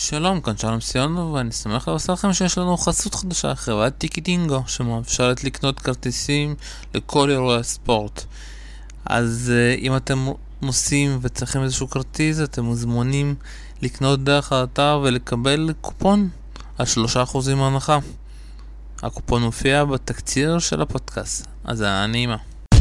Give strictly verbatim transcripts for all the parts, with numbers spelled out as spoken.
שלום, כאן שלום סיונו, ואני שמח לבשר לכם שיש לנו חסות חדשה, חברת טיקטינגו, שמאפשרת לקנות כרטיסים לכל אירועי הספורט. אז uh, אם אתם נוסעים וצריכים איזשהו כרטיס, אתם מוזמנים לקנות דרך האתר ולקבל קופון על שלושה אחוזים הנחה. הקופון מופיע בתקציר של הפודקאסט, אז היה נעימה.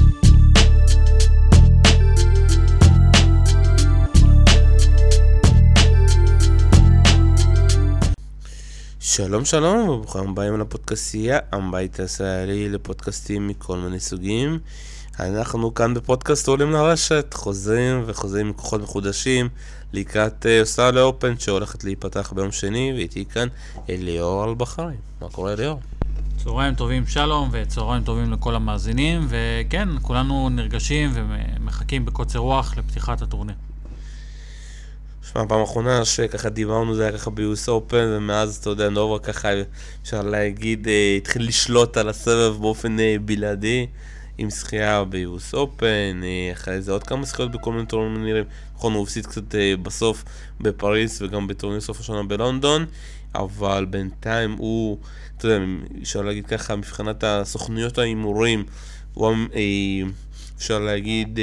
שלום שלום וברוכים הבאים לפודקאסטייה, הבית הישראלי לפודקאסטים מכל מיני סוגים. אנחנו כאן בפודקאסט עולים לרשת, חוזרים וחוזרים מכוחות מחודשים לקראת אוסטרליה אופן שהולכת להיפתח ביום שני, ואיתי כאן אליאור אלבחרי. מה קורה אליאור? צהריים טובים שלום וצהריים טובים לכל המאזינים, וכן, כולנו נרגשים ומחכים בקוצר רוח לפתיחת הטורניר. שמע, פעם האחרונה שככה דיברנו זה היה ככה ב-יו אס Open, ומאז אתה יודע נובה ככה אפשר להגיד התחיל לשלוט על הסבב באופן בלעדי עם שחייה ב-יו אס Open, אחרי זה עוד כמה שחיות בכל מיני טורנירים. נכון, הוא הפסיד קצת בסוף בפריז וגם בטורניר סוף השנה בלונדון, אבל בינתיים הוא, אתה יודע, אפשר להגיד ככה, מבחינת הסוכניות ההימורים הוא אפשר להגיד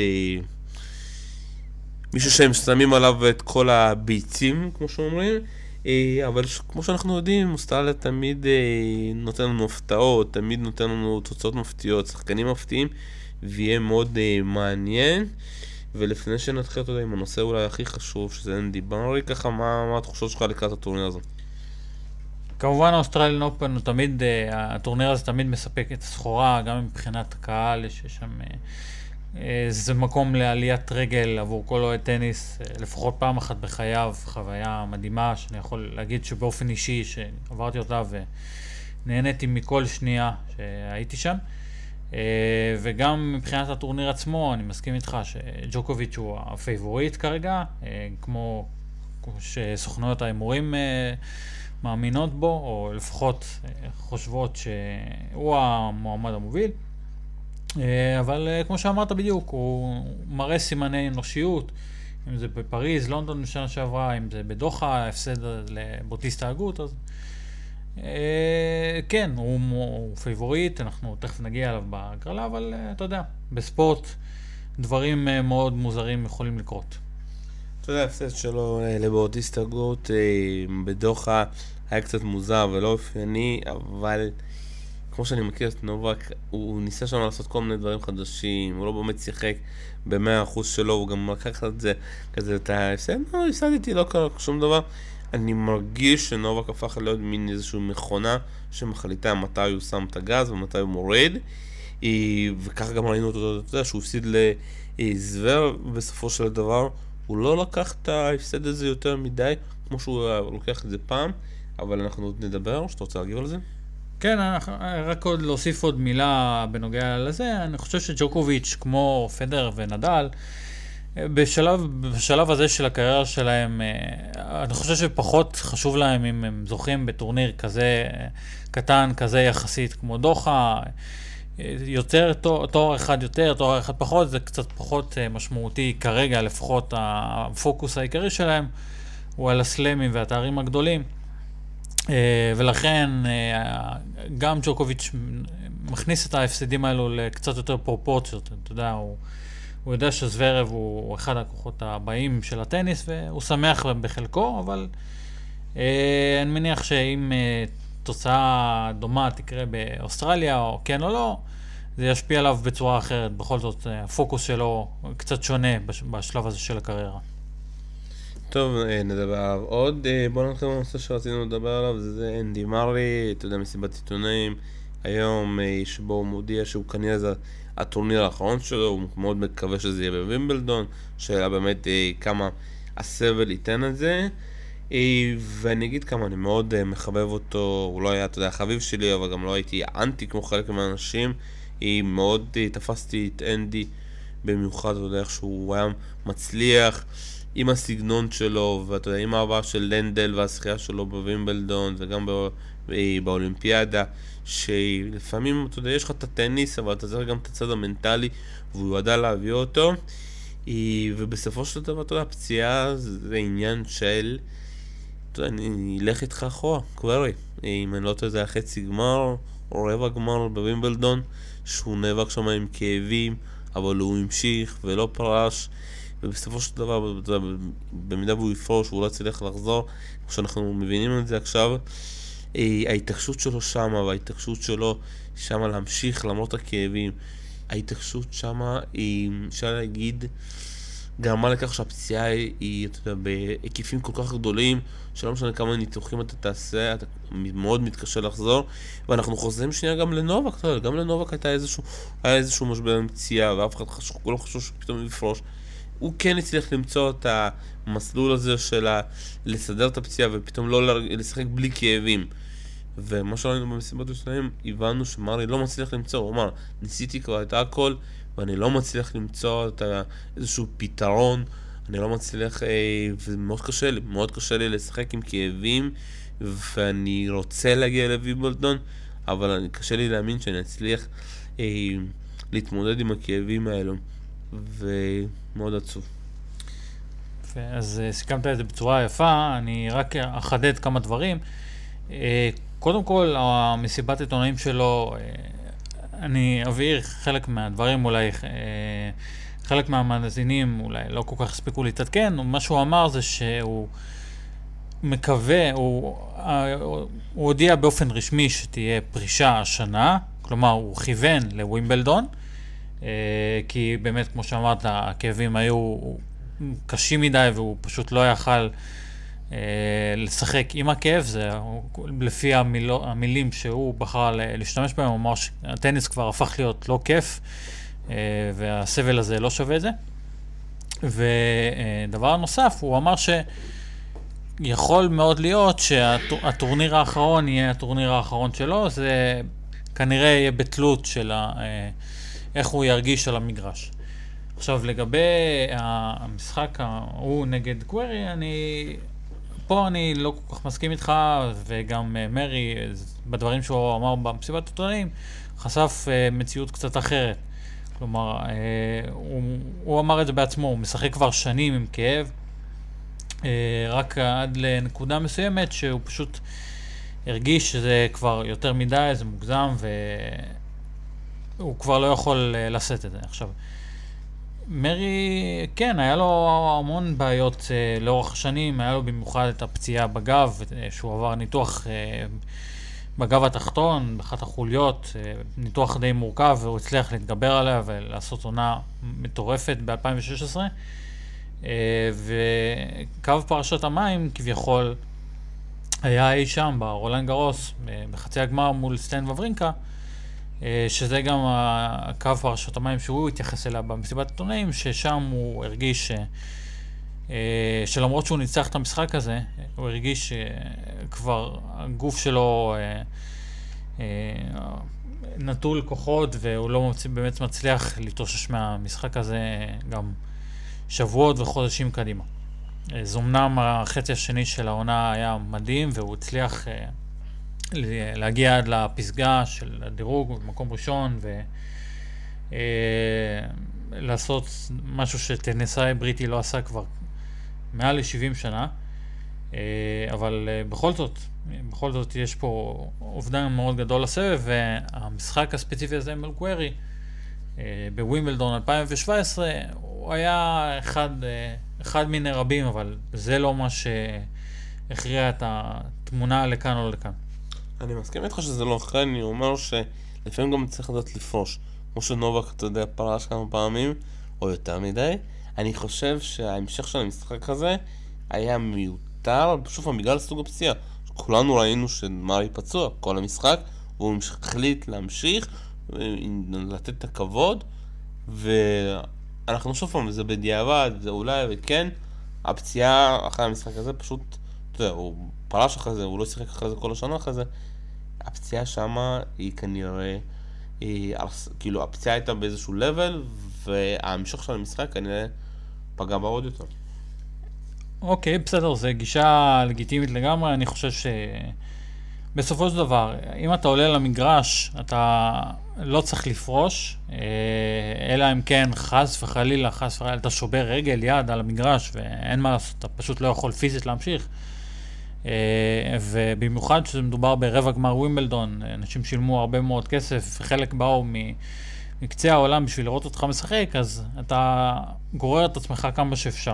מישהו שהם שמים עליו את כל הביצים, כמו שאומרים, אבל כמו שאנחנו יודעים, אוסטרליה תמיד נותן לנו הפתעות, תמיד נותן לנו תוצאות מפתיעות, שחקנים מפתיעים, ויהיה מאוד מעניין. ולפני שנתחיל, אתה יודע, עם הנושא אולי הכי חשוב, שזה אנדי בררי, ככה, מה, מה התחושות שלך לקראת הטורניר הזה? כמובן, האוסטרליאן אופן, תמיד, הטורניר הזה תמיד מספק את הסחורה, גם מבחינת הקהל, ששם זה מקום לעליית רגל עבור כל אוהד טניס, לפחות פעם אחת בחייו, חוויה מדהימה שאני יכול להגיד שבאופן אישי שעברתי אותה ונהניתי מכל שנייה שהייתי שם. וגם מבחינת הטורניר עצמו אני מסכים איתך שג'וקוביץ' הוא הפייבוריט כרגע, כמו שסוכנויות ההימורים מאמינות בו, או לפחות חושבות שהוא המועמד המוביל. אבל כמו שאמרת בדיוק, הוא מראה סימני אנושיות, אם זה בפריז, לונדון בשנה שעברה, אם זה בדוחה, הפסד לבוטיסטה הגות, אז כן, הוא, הוא פייבוריט, אנחנו תכף נגיע אליו בהגרלה, אבל אתה יודע, בספורט דברים מאוד מוזרים יכולים לקרות. אתה יודע, הפסד שלו לבוטיסטה הגות בדוחה היה קצת מוזר ולא אופייני, אבל כמו שאני מכיר את נובק, הוא ניסה שם לעשות כל מיני דברים חדשים, הוא לא באמת שיחק ב-מאה אחוז שלו, הוא גם לקח את זה, כזה, אתה הפסד, לא, הפסדתי, לא קרה שום דבר. אני מרגיש שנובק הפך להיות מין איזושהי מכונה שמחליטה מתי הוא שם את הגז ומתי הוא מוריד, וככה גם ראינו אותו, אתה יודע, שהוא הפסיד לזוור, בסופו של דבר הוא לא לקח את ההפסד הזה יותר מדי, כמו שהוא לוקח את זה פעם, אבל אנחנו עוד נדבר, שאתה רוצה להגיב על זה? כן, רק עוד להוסיף עוד מילה בנוגע לזה, אני חושב שג'וקוביץ' כמו פדר ונדל, בשלב, בשלב הזה של הקריירה שלהם, אני חושב שפחות חשוב להם אם הם זוכים בטורניר כזה קטן, כזה יחסית כמו דוחה, יותר, תואר, תואר אחד יותר, תואר אחד פחות, זה קצת פחות משמעותי כרגע, לפחות הפוקוס העיקרי שלהם הוא על הסלמים והתארים הגדולים. ולכן גם ג'וקוביץ' מכניס את ההפסדים האלו לקצת יותר פרופורציות. אתה יודע, הוא, הוא יודע שזוורב הוא אחד הכוחות הבאים של הטניס והוא שמח בחלקו, אבל אני מניח שאם תוצאה דומה תקרה באוסטרליה או כן או לא, זה ישפיע עליו בצורה אחרת. בכל זאת הפוקוס שלו קצת שונה בשלב הזה של הקריירה. טוב, נדבר עליו עוד. בואו נתחיל בנושא שרצינו לדבר עליו, זה זה אנדי מרי, אתה יודע, מסיבת עיתונאים היום, שבו הוא מודיע שהוא כנראה זה הטורניר האחרון שלו, הוא מאוד מקווה שזה יהיה בווימבלדון, שהיה באמת כמה הסבל ייתן את זה, ואני אגיד כמה, אני מאוד מחבב אותו, הוא לא היה, אתה יודע, חביב שלי, אבל גם לא הייתי אנטי כמו חלק מהאנשים, מאוד תפסתי את אנדי במיוחד, אתה יודע, איך שהוא היה מצליח, עם הסגנון שלו, ואתה יודע, עם העבר של לנדל והשחייה שלו בווימבלדון וגם באולימפיאדה, שלפעמים, אתה יודע, יש לך את הטניס, אבל אתה צריך גם את הצד המנטלי, והוא ידע להביא אותו, ובסופו של דבר, אתה יודע, הפציעה זה עניין של אתה יודע, אני אלך איתך אחורה, קווירי. אם אני לא טועה, זה היה חצי גמר, או רבע גמר בווימבלדון, שהוא נאבק שם עם כאבים, אבל הוא המשיך ולא פרש, ובסופו של דבר, אתה יודע, במידה והוא יפרוש, הוא לא יצליח לחזור, כמו שאנחנו מבינים את זה עכשיו, ההתעקשות שלו שם, וההתעקשות שלו שם להמשיך למרות הכאבים, ההתעקשות שם היא, אפשר להגיד, גרמה לכך שהפציעה היא, אתה יודע, בהיקפים כל כך גדולים, שלא משנה כמה ניתוחים אתה תעשה, אתה מאוד מתקשה לחזור, ואנחנו חוזרים שנייה גם לנובק, אתה יודע, גם לנובק הייתה איזשהו, היה איזשהו משבר עם פציעה, ואף אחד חשוב, לא חשוב שפתאום יפרוש. הוא כן הצליח למצוא את המסלול הזה של לסדר את הפציעה, ופתאום לא לשחק בלי כאבים. ומה שראינו במסיבות שלהם, הבנו שמרי לא מצליח למצוא, הוא אמר, ניסיתי כבר את הכל, ואני לא מצליח למצוא את איזשהו פתרון, אני לא מצליח, ומאוד קשה לי, מאוד קשה לי לשחק עם כאבים, ואני רוצה להגיע לווימבלדון, אבל קשה לי להאמין שאני אצליח אה, להתמודד עם הכאבים האלו, ומאוד עצוב. אז סיכמת את זה בצורה יפה, אני רק אחדד כמה דברים. קודם כל, המסיבת עיתונאים שלו, אני אבהיר חלק מהדברים, אולי חלק מהמאזינים אולי לא כל כך הספיקו להתעדכן, מה שהוא אמר זה שהוא מקווה, הוא, הוא הודיע באופן רשמי שתהיה פרישה השנה, כלומר הוא כיוון לווימבלדון, כי באמת כמו שאמרת, הכאבים היו קשים מדי והוא פשוט לא יכל לשחק עם הכאב, זה לפי המילו, המילים שהוא בחר להשתמש בהם, הוא אמר שהטניס כבר הפך להיות לא כיף, והסבל הזה לא שווה את זה. ודבר נוסף, הוא אמר שיכול מאוד להיות שהטורניר האחרון יהיה הטורניר האחרון שלו, זה כנראה יהיה בתלות של איך הוא ירגיש על המגרש. עכשיו לגבי המשחק הוא נגד קווירי, אני פה אני לא כל כך מסכים איתך, וגם מרי בדברים שהוא אמר במסיבת עיתונאים חשף מציאות קצת אחרת. כלומר, הוא, הוא אמר את זה בעצמו, הוא משחק כבר שנים עם כאב, רק עד לנקודה מסוימת שהוא פשוט הרגיש שזה כבר יותר מדי, זה מוגזם, והוא כבר לא יכול לשאת את זה. עכשיו, מרי, כן, היה לו המון בעיות uh, לאורך השנים, היה לו במיוחד את הפציעה בגב, uh, שהוא עבר ניתוח uh, בגב התחתון, באחת החוליות, uh, ניתוח די מורכב, והוא הצליח להתגבר עליה ולעשות עונה מטורפת ב-אלפיים ושש עשרה, uh, וקו פרשת המים כביכול היה אי שם ברולאן גרוס, בחצי הגמר מול סטן וברינקה, שזה גם הקו פרשת המים שהוא התייחס אליה במסיבת עיתונאים, ששם הוא הרגיש ש... שלמרות שהוא ניצח את המשחק הזה, הוא הרגיש שכבר הגוף שלו נטול כוחות, והוא לא באמת מצליח להתאושש מהמשחק הזה גם שבועות וחודשים קדימה. אז אמנם החצי השני של העונה היה מדהים, והוא הצליח להגיע עד לפסגה של הדירוג במקום ראשון ולעשות משהו שטניסאי בריטי לא עשה כבר מעל ל-שבעים שנה, אבל בכל זאת בכל זאת יש פה אובדן מאוד גדול לסבב, והמשחק הספציפי הזה מול קווירי בווימבלדון אלפיים שבע עשרה הוא היה אחד, אחד מיני רבים, אבל זה לא מה שהכריע את התמונה לכאן או לכאן. אני מסכים איתך שזה לא אחרי, אני אומר שלפעמים גם צריך לדעת לפרוש. כמו שנובק, אתה יודע, פרש כמה פעמים, או יותר מדי. אני חושב שההמשך של המשחק הזה היה מיותר, פשוט בגלל סוג הפציעה. כולנו ראינו שמרי פצוע כל המשחק, והוא החליט להמשיך, לתת את הכבוד, ואנחנו שוב פעם, זה בדיעבד, זה אולי, וכן, הפציעה אחרי המשחק הזה פשוט, אתה יודע, הוא פרש אחרי זה, הוא לא שיחק אחרי זה כל השנה אחרי זה, הפציעה שמה היא כנראה, היא, כאילו הפציעה הייתה באיזשהו לבל, וההמשך של המשחק כנראה פגע בה עוד יותר. אוקיי, בסדר, זה גישה לגיטימית לגמרי. אני חושב שבסופו של דבר, אם אתה עולה למגרש, אתה לא צריך לפרוש, אלא אם כן חס וחלילה, חס וחלילה, אתה שובר רגל, יד על המגרש, ואין מה לעשות, אתה פשוט לא יכול פיזית להמשיך. ובמיוחד שזה מדובר ברבע גמר ווימבלדון, אנשים שילמו הרבה מאוד כסף, וחלק באו מקצה העולם בשביל לראות אותך משחק, אז אתה גורר את עצמך כמה שאפשר.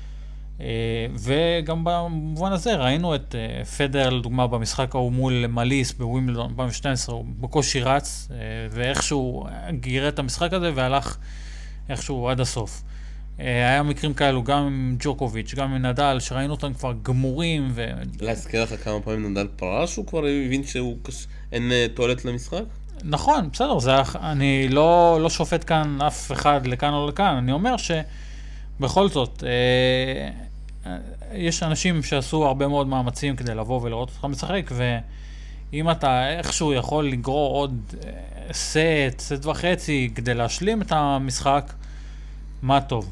וגם במובן הזה ראינו את פדר לדוגמה במשחק ההוא מול מליס בווימבלדון אלפיים ושתים עשרה, הוא בקושי רץ, ואיכשהו גירה את המשחק הזה והלך איכשהו עד הסוף. היה מקרים כאלו גם עם ג'וקוביץ', גם עם נדל, שראינו אותם כבר גמורים. ו... להזכיר לך כמה פעמים נדל פרש, הוא כבר הבין שאין תועלת למשחק? נכון, בסדר, זה, אני לא, לא שופט כאן אף אחד לכאן או לכאן, אני אומר שבכל זאת, אה, יש אנשים שעשו הרבה מאוד מאמצים כדי לבוא ולראות אותך משחק, ואם אתה איכשהו יכול לגרור עוד סט, סט וחצי כדי להשלים את המשחק, מה טוב.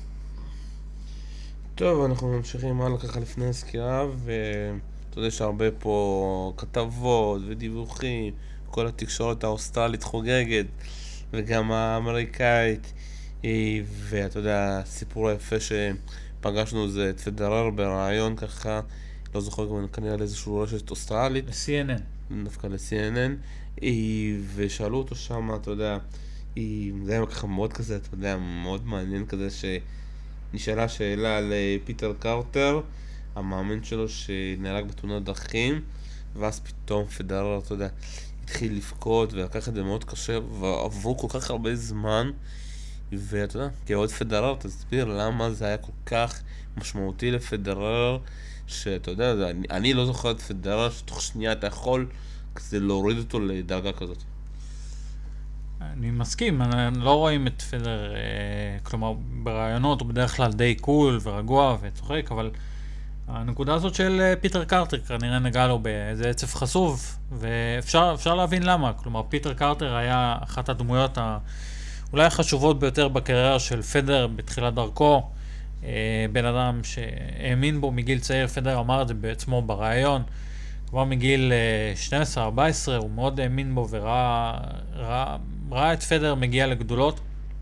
טוב, אנחנו ממשיכים הלאה ככה לפני הסקירה, ואתה יודע שהרבה פה כתבות ודיווחים, כל התקשורת האוסטרלית חוגגת, וגם האמריקאית, ואתה יודע, הסיפור היפה שפגשנו זה את פדרר ברעיון ככה, לא זוכר גם כנראה לאיזשהו רשת אוסטרלית. ל-סי אן אן. דווקא ל-סי אן אן, ושאלו אותו שם, אתה יודע, זה היה ככה מאוד כזה, אתה יודע, מאוד מעניין כזה שנשאלה שאלה על פיטר קרטר, המאמן שלו שנהרג בתאונת דרכים, ואז פתאום פדרר, אתה יודע, התחיל לבכות ולקח את זה מאוד קשה, ועברו כל כך הרבה זמן, ואתה יודע, כעוד פדרר, תסביר למה זה היה כל כך משמעותי לפדרר, שאתה יודע, זה, אני, אני לא זוכר את פדרר שתוך שנייה אתה יכול כזה להוריד אותו לדרגה כזאת. אני מסכים, אני לא רואים את פדר, אה, כלומר ברעיונות הוא בדרך כלל די קול ורגוע וצוחק, אבל הנקודה הזאת של פיטר קרטר כנראה נגע לו באיזה עצב חשוף, ואפשר אפשר להבין למה. כלומר, פיטר קרטר היה אחת הדמויות ה... אולי החשובות ביותר בקריירה של פדר בתחילת דרכו, אה, בן אדם שהאמין בו מגיל צעיר, פדר אמר את זה בעצמו ברעיון, כבר מגיל שתים עשרה ארבע עשרה, הוא מאוד האמין בו וראה ראה, ראה את פדר מגיע לגדולות,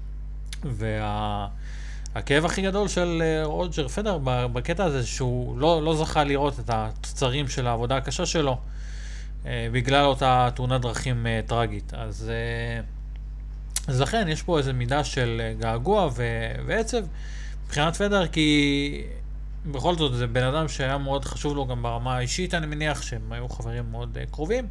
והכאב הכי גדול של רוג'ר פדר בקטע הזה שהוא לא, לא זכה לראות את התוצרים של העבודה הקשה שלו בגלל אותה תאונת דרכים טרגית. אז, אז לכן יש פה איזו מידה של געגוע ועצב מבחינת פדר, כי בכל זאת זה בן אדם שהיה מאוד חשוב לו גם ברמה האישית, אני מניח שהם היו חברים מאוד קרובים,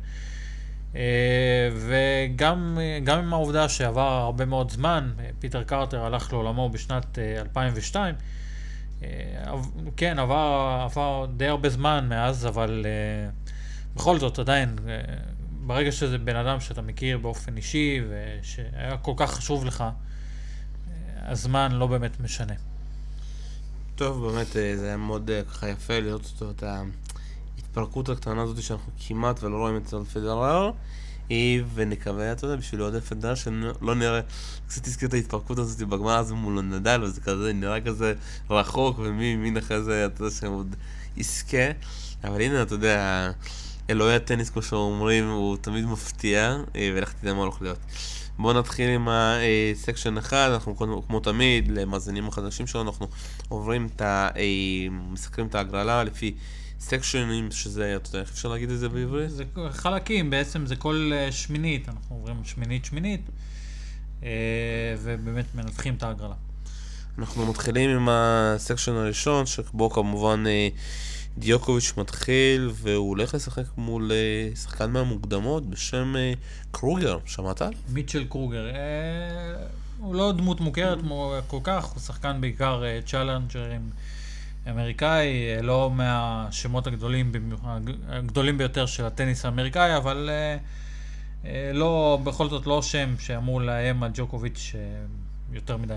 וגם גם עם העובדה שעבר הרבה מאוד זמן, פיטר קרטר הלך לעולמו בשנת אלפיים ושתיים, כן, עבר, עבר די הרבה זמן מאז, אבל בכל זאת עדיין, ברגע שזה בן אדם שאתה מכיר באופן אישי ושהיה כל כך חשוב לך, הזמן לא באמת משנה. טוב, באמת זה היה מאוד ככה יפה לראות אותו, את ההתפרקות הקטנה הזאת שאנחנו כמעט ולא רואים את זה על פדרר, ונקווה, אתה יודע, בשביל עוד פדרר שלא נראה, קצת תזכיר את ההתפרקות הזאת בגמר הזה מול נדל, וזה כזה נראה כזה רחוק, ומי מין אחרי זה, אתה יודע, שעוד יזכה, אבל הנה, אתה יודע, אלוהי הטניס, כמו שאומרים, הוא תמיד מפתיע, ולך תדע מה הולך להיות. בואו נתחיל עם הסקשן אחד, אנחנו כמו תמיד, למאזינים החדשים שלנו, אנחנו עוברים את ה... מסקרים את ההגרלה לפי סקשנים, שזה, אתה יודע, איך אפשר להגיד את זה בעברית? זה חלקים, בעצם זה כל שמינית, אנחנו עוברים שמינית שמינית, ובאמת מנתחים את ההגרלה. אנחנו מתחילים עם הסקשן הראשון, שבו כמובן דיוקוביץ' מתחיל, והוא הולך לשחק מול שחקן מהמוקדמות בשם קרוגר, שמעת עליו? מיטשל קרוגר, הוא לא דמות מוכרת כל כך, הוא שחקן בעיקר צ'אלנג'רים אמריקאי, לא מהשמות הגדולים, הגדולים ביותר של הטניס האמריקאי, אבל לא, בכל זאת לא שם שאמור לאיים על ג'וקוביץ' יותר מדי.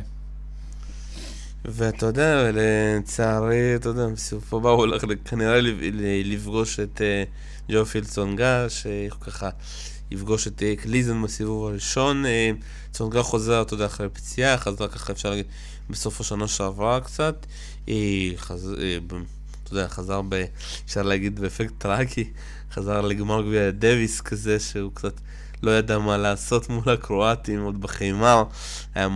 ואתה יודע, לצערי, אתה יודע, בסופו הבא הוא הולך כנראה לפגוש את ג'ופילד צונגה, שככה יפגוש את קליזן בסיבוב הראשון. צונגה חוזר, אתה יודע, אחרי פציעה, חזר ככה אפשר להגיד בסוף השנה שעברה קצת. חזר, אתה יודע, חזר ב... אפשר להגיד באפקט טראקי, חזר לגמר גביע דוויס כזה, שהוא קצת לא ידע מה לעשות מול הקרואטים, עוד בחיימר, היה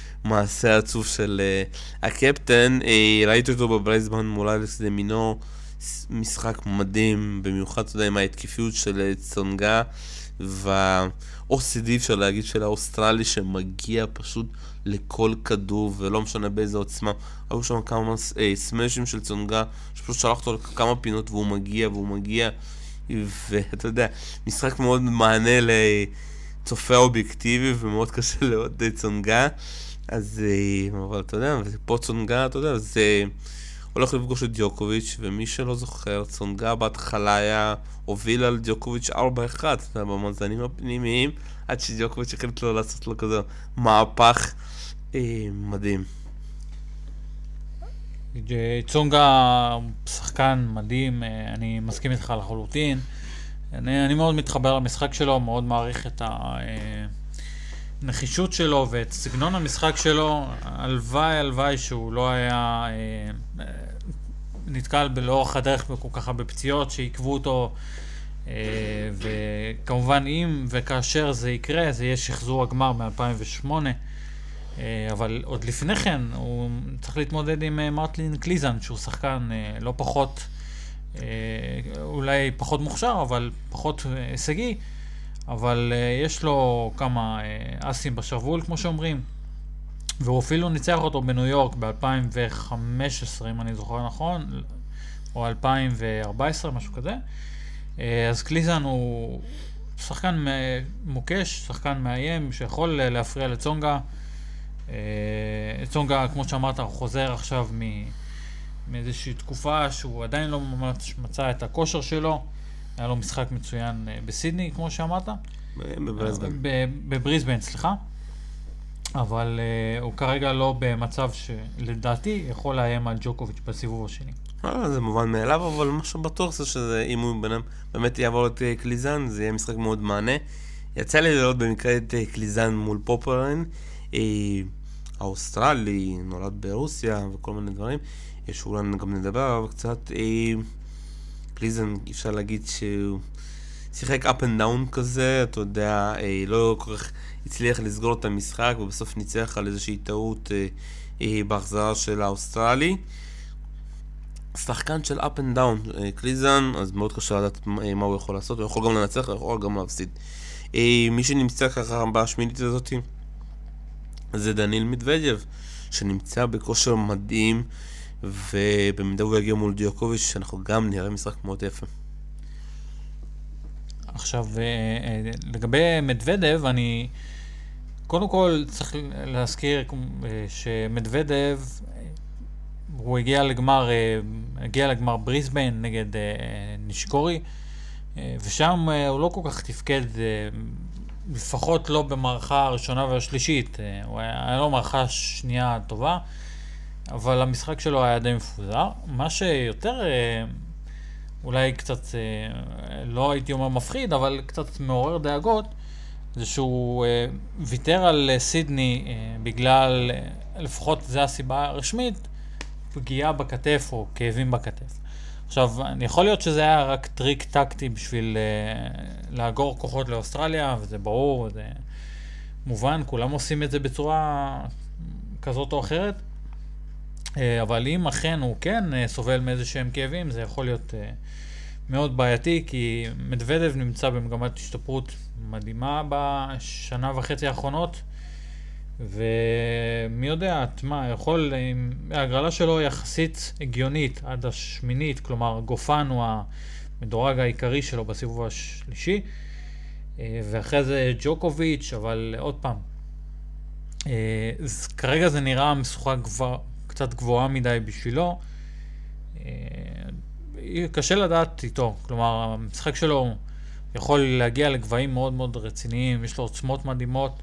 מעשה עצוב של הקפטן. ראיתי אותו בברייסבן מול אלכס דה מינור, משחק מדהים, במיוחד, אתה יודע, עם ההתקפיות של צונגה, וה-או סי די אפשר להגיד של האוסטרלי, שמגיע פשוט לכל כדור, ולא משנה באיזה עוצמה. היו שם כמה אה, סמשים של צונגה, שפשוט שלח אותו לכמה פינות, והוא מגיע, והוא מגיע, ואתה יודע, משחק מאוד מענה לצופה אובייקטיבי, ומאוד קשה לעוד צונגה, אז, אבל אתה יודע, פה צונגה, אתה יודע, זה הולך לפגוש את דיוקוביץ', ומי שלא זוכר, צונגה בהתחלה היה הוביל על דיוקוביץ' ארבע אחת, אתה יודע, במאזנים הפנימיים, עד שדיוקוביץ' החליט לו לעשות לו כזה מהפך אה, מדהים. צונגה שחקן מדהים, אני מסכים איתך לחלוטין. אני, אני מאוד מתחבר למשחק שלו, מאוד מעריך את הנחישות שלו ואת סגנון המשחק שלו. הלוואי, הלוואי שהוא לא היה אה, נתקל לאורך הדרך כל כך בפציעות שעיכבו אותו, אה, וכמובן אם וכאשר זה יקרה, זה יהיה שחזור הגמר מ-אלפיים ושמונה. אבל עוד לפני כן הוא צריך להתמודד עם מרטין קליזן, שהוא שחקן לא פחות, אולי פחות מוכשר, אבל פחות הישגי, אבל יש לו כמה אסים בשרוול, כמו שאומרים, והוא אפילו ניצח אותו בניו יורק ב-אלפיים וחמש עשרה, אם אני זוכר נכון, או אלפיים וארבע עשרה, משהו כזה. אז קליזן הוא שחקן מוקש, שחקן מאיים, שיכול להפריע לצונגה. צונגה, כמו שאמרת, הוא חוזר עכשיו מאיזושהי תקופה שהוא עדיין לא ממש מצא את הכושר שלו. היה לו משחק מצוין בסידני, כמו שאמרת. בבריסבן. בבריסבן, סליחה. אבל הוא כרגע לא במצב שלדעתי יכול לאיים על ג'וקוביץ' בסיבוב השני. זה מובן מאליו, אבל מה שבטוח זה שאם הוא באמת יעבור את קליזן, זה יהיה משחק מאוד מענה. יצא לי לראות במקרה את קליזן מול פופרן. האוסטרלי, נולד ברוסיה וכל מיני דברים, שאולי גם נדבר עליו קצת. קליזן, אפשר להגיד שהוא שיחק up and down כזה, אתה יודע, לא כל כך הצליח לסגור את המשחק, ובסוף ניצח על איזושהי טעות בהחזרה של האוסטרלי. שחקן של up and down, קליזן, אז מאוד קשה לדעת מה הוא יכול לעשות, הוא יכול גם לנצח, הוא יכול גם להפסיד. מי שנמצא ככה בשמינית הזאת, זה דניל מדוודייב, שנמצא בכושר מדהים, ובמידה הוא יגיע מול דיוקוביץ', שאנחנו גם נראה משחק מאוד יפה. עכשיו, לגבי מדוודייב, אני קודם כל צריך להזכיר שמדוודייב, הוא הגיע לגמר, הגיע לגמר בריסבן נגד נשקורי, ושם הוא לא כל כך תפקד, לפחות לא במערכה הראשונה והשלישית. הוא היה, היה לו מערכה שנייה טובה, אבל המשחק שלו היה די מפוזר. מה שיותר, אולי קצת, לא הייתי אומר מפחיד, אבל קצת מעורר דאגות, זה שהוא ויתר על סידני בגלל, לפחות זו הסיבה הרשמית, פגיעה בכתף או כאבים בכתף. עכשיו, אני יכול להיות שזה היה רק טריק טקטי בשביל uh, לאגור כוחות לאוסטרליה, וזה ברור, זה מובן, כולם עושים את זה בצורה כזאת או אחרת, uh, אבל אם אכן הוא כן uh, סובל מאיזה שהם כאבים, זה יכול להיות uh, מאוד בעייתי, כי מדוודייב נמצא במגמת השתפרות מדהימה בשנה וחצי האחרונות, ומי יודע, מה, יכול, ההגרלה שלו יחסית הגיונית עד השמינית, כלומר גופן הוא המדורג העיקרי שלו בסיבוב השלישי, ואחרי זה ג'וקוביץ', אבל עוד פעם, כרגע זה נראה משוכה גבוה, קצת גבוהה מדי בשבילו, קשה לדעת איתו, כלומר המשחק שלו יכול להגיע לגבהים מאוד מאוד רציניים, יש לו עוצמות מדהימות,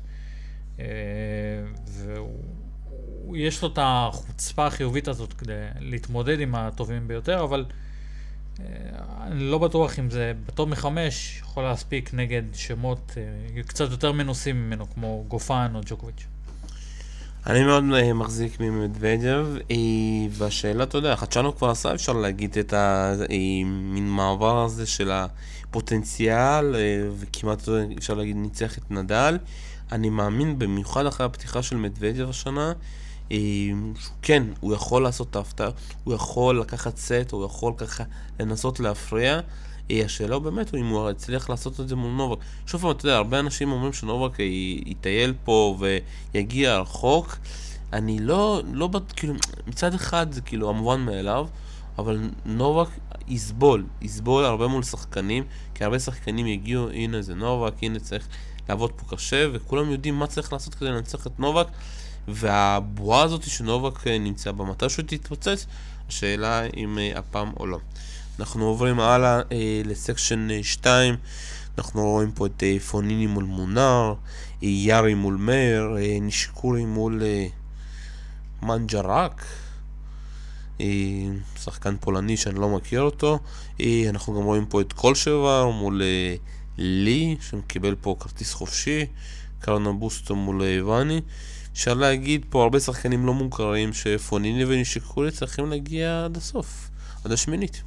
ויש לו את החוצפה החיובית הזאת כדי להתמודד עם הטובים ביותר, אבל אני לא בטוח אם זה בטוב מחמש יכול להספיק נגד שמות קצת יותר מנוסים ממנו, כמו גופן או ג'וקוביץ'. אני מאוד מחזיק ממדוודייב, והשאלה, אתה יודע, חדשנו כבר עשה, אפשר להגיד את המין מעבר הזה של הפוטנציאל, וכמעט אפשר להגיד ניצח את נדל. אני מאמין במיוחד אחרי הפתיחה של מדוודייב השנה, כן, הוא יכול לעשות את ההפתעה, הוא יכול לקחת סט, הוא יכול ככה לנסות להפריע. השאלה הוא באמת אם הוא הצליח לעשות את זה מול נובק. שוב פעם, אתה יודע, הרבה אנשים אומרים שנובק יטייל פה ויגיע רחוק. אני לא, לא, כאילו, מצד אחד זה כאילו המובן מאליו, אבל נובק יסבול, יסבול הרבה מול שחקנים, כי הרבה שחקנים יגיעו, הנה זה נובק, הנה צריך לעבוד פה קשה, וכולם יודעים מה צריך לעשות כדי לנצח את נובק, והבועה הזאת שנובק נמצא בה, מתי שהוא תתפוצץ, השאלה אם הפעם או לא. אנחנו עוברים הלאה אה, לסקשן שתיים, אנחנו רואים פה את אה, פוניני מול מונר, אה, יארי מול מאיר, אה, נישיקורי מול אה, מנג'רק, אה, שחקן פולני שאני לא מכיר אותו. אה, אנחנו גם רואים פה את קולשבר מול אה, לי, שקיבל פה כרטיס חופשי, קרנבוסטו מול איווני. אפשר להגיד פה הרבה שחקנים לא מוכרים שפוניני ונישיקורי צריכים להגיע עד הסוף, עד השמינית.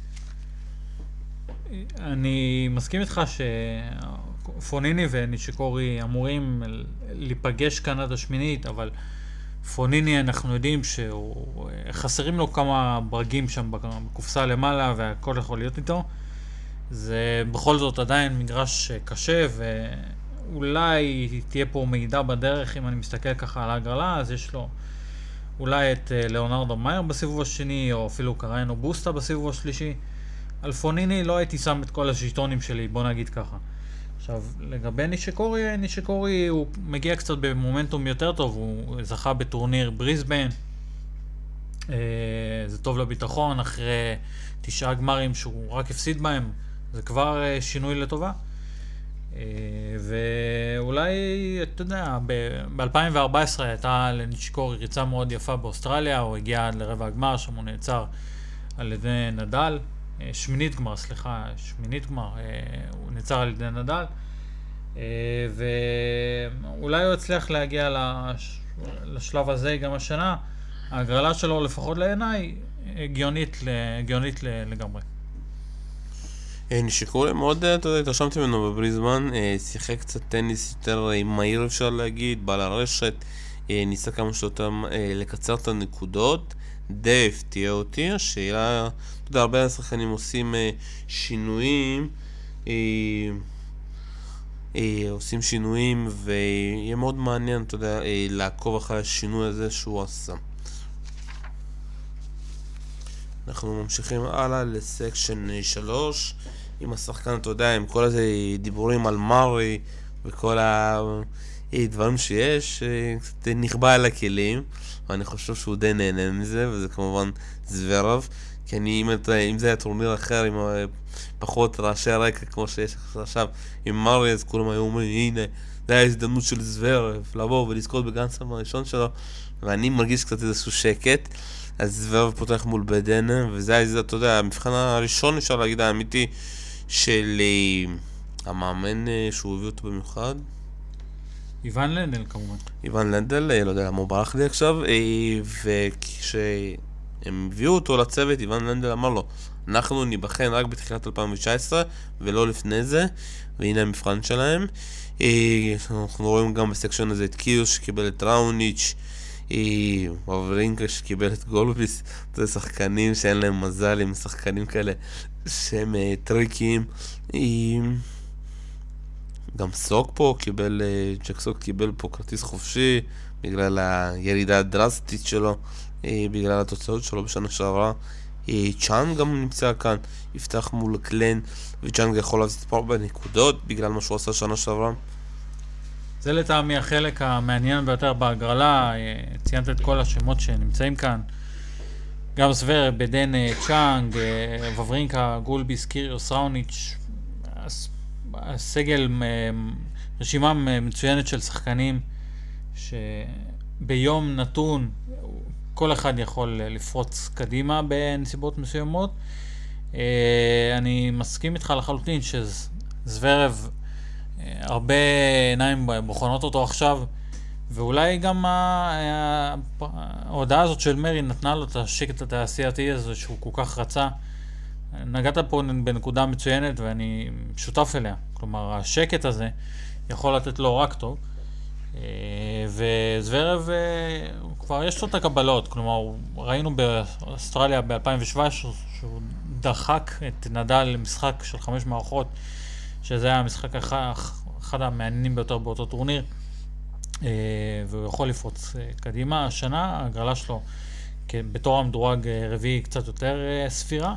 אני מסכים איתך שפוניני ונישיקורי אמורים להיפגש כאן עד השמינית, אבל פוניני אנחנו יודעים שחסרים לו כמה ברגים שם בקופסה למעלה והכל יכול להיות איתו. זה בכל זאת עדיין מגרש קשה, ואולי תהיה פה מידע בדרך. אם אני מסתכל ככה על ההגרלה, אז יש לו אולי את ליאונרדו מאייר בסיבוב השני, או אפילו קריינו בוסטה בסיבוב השלישי. על פוניני לא הייתי שם את כל השיטונים שלי, בוא נגיד ככה. עכשיו, לגבי נישיקורי, נישיקורי הוא מגיע קצת במומנטום יותר טוב, הוא זכה בטורניר בריסבן, אה, זה טוב לביטחון, אחרי תשעה גמרים שהוא רק הפסיד בהם, זה כבר אה, שינוי לטובה. אה, ואולי, אתה יודע, ב-אלפיים וארבע עשרה הייתה לנישיקורי ריצה מאוד יפה באוסטרליה, הוא הגיע עד לרבע הגמר, שם הוא נעצר על ידי נדל, שמינית גמר, סליחה, שמינית גמר, הוא נעצר על ידי נדל, ואולי הוא הצליח להגיע לשלב הזה גם השנה. ההגרלה שלו לפחות לעיניי הגיונית, הגיונית לגמרי. נישיקורי מאוד, אתה יודע, התרשמתי ממנו בבריזבן, שיחק קצת טניס יותר מהיר אפשר להגיד, בא לרשת, ניסה כמה שיותר לקצר את הנקודות, די הפתיע אותי. השאלה, אתה יודע, הרבה שחקנים עושים שינויים, עושים שינויים, ויהיה מאוד מעניין, אתה יודע, לעקוב אחרי השינוי הזה שהוא עשה. אנחנו ממשיכים הלאה לסקשן שלוש, עם השחקן, אתה יודע, עם כל הזה דיבורים על מארי וכל הדברים שיש, קצת נכבה על הכלים, ואני חושב שהוא די נהנה מזה, וזה כמובן זוורב, כי אני, אם, אתה, אם זה היה טורניר אחר, עם פחות רעשי הרקע כמו שיש עכשיו עם מארי, אז כולם היו אומרים, הנה, זה היה הזדמנות של זוורב, לבוא ולזכות בגרנדסלאם הראשון שלו, ואני מרגיש קצת איזשהו שקט. אז זוורב פותח מול בדנה, וזה היה, אתה יודע, המבחן הראשון, אפשר להגיד, האמיתי של המאמן שהוא הביא אותו במיוחד. איוון לנדל כמובן. איוון לנדל, לא יודע למה הוא ברח לי עכשיו, וכשהם הביאו אותו לצוות, איוון לנדל אמר לו, אנחנו ניבחן רק בתחילת אלפיים תשע עשרה, ולא לפני זה, והנה המבחן שלהם. אנחנו רואים גם בסקשן הזה את קיוס שקיבל את ראוניץ', וברינקה שקיבל את גולוביס. זה שחקנים שאין להם מזל, עם שחקנים כאלה שהם טריקים. גם סוק פה קיבל, ג'ק סוק קיבל פה כרטיס חופשי בגלל הירידה הדרסטית שלו, בגלל התוצאות שלו בשנה שעברה. צ'אנג גם נמצא כאן, יפתח מול קלן, וצ'אנג יכול להביא פה בנקודות בגלל מה שהוא עשה שנה שעברה. זה לטעמי החלק המעניין ביותר בהגרלה. ציינת את כל השמות שנמצאים כאן, גם סבר, בדן, צ'אנג, וברינקה, גולביס, קיריוס, ראוניץ', הסגל, רשימה מצוינת של שחקנים שביום נתון כל אחד יכול לפרוץ קדימה בנסיבות מסוימות. אני מסכים איתך לחלוטין שזוורב הרבה עיניים בוחנות אותו עכשיו, ואולי גם ההודעה הזאת של מרי נתנה לו את השקט התעשייתי הזה שהוא כל כך רצה. נגעת פה בנקודה מצוינת ואני שותף אליה, כלומר השקט הזה יכול לתת לו רק טוב, וזוורב כבר יש לו את הקבלות, כלומר, ראינו באוסטרליה ב-אלפיים שבע עשרה שהוא דחק את נדל למשחק של חמש מערכות, שזה היה המשחק אחד, אחד המעניינים ביותר באותו טורניר, והוא יכול לפרוץ קדימה. השנה, הגרלה שלו בתור המדורג רביעי קצת יותר ספירה,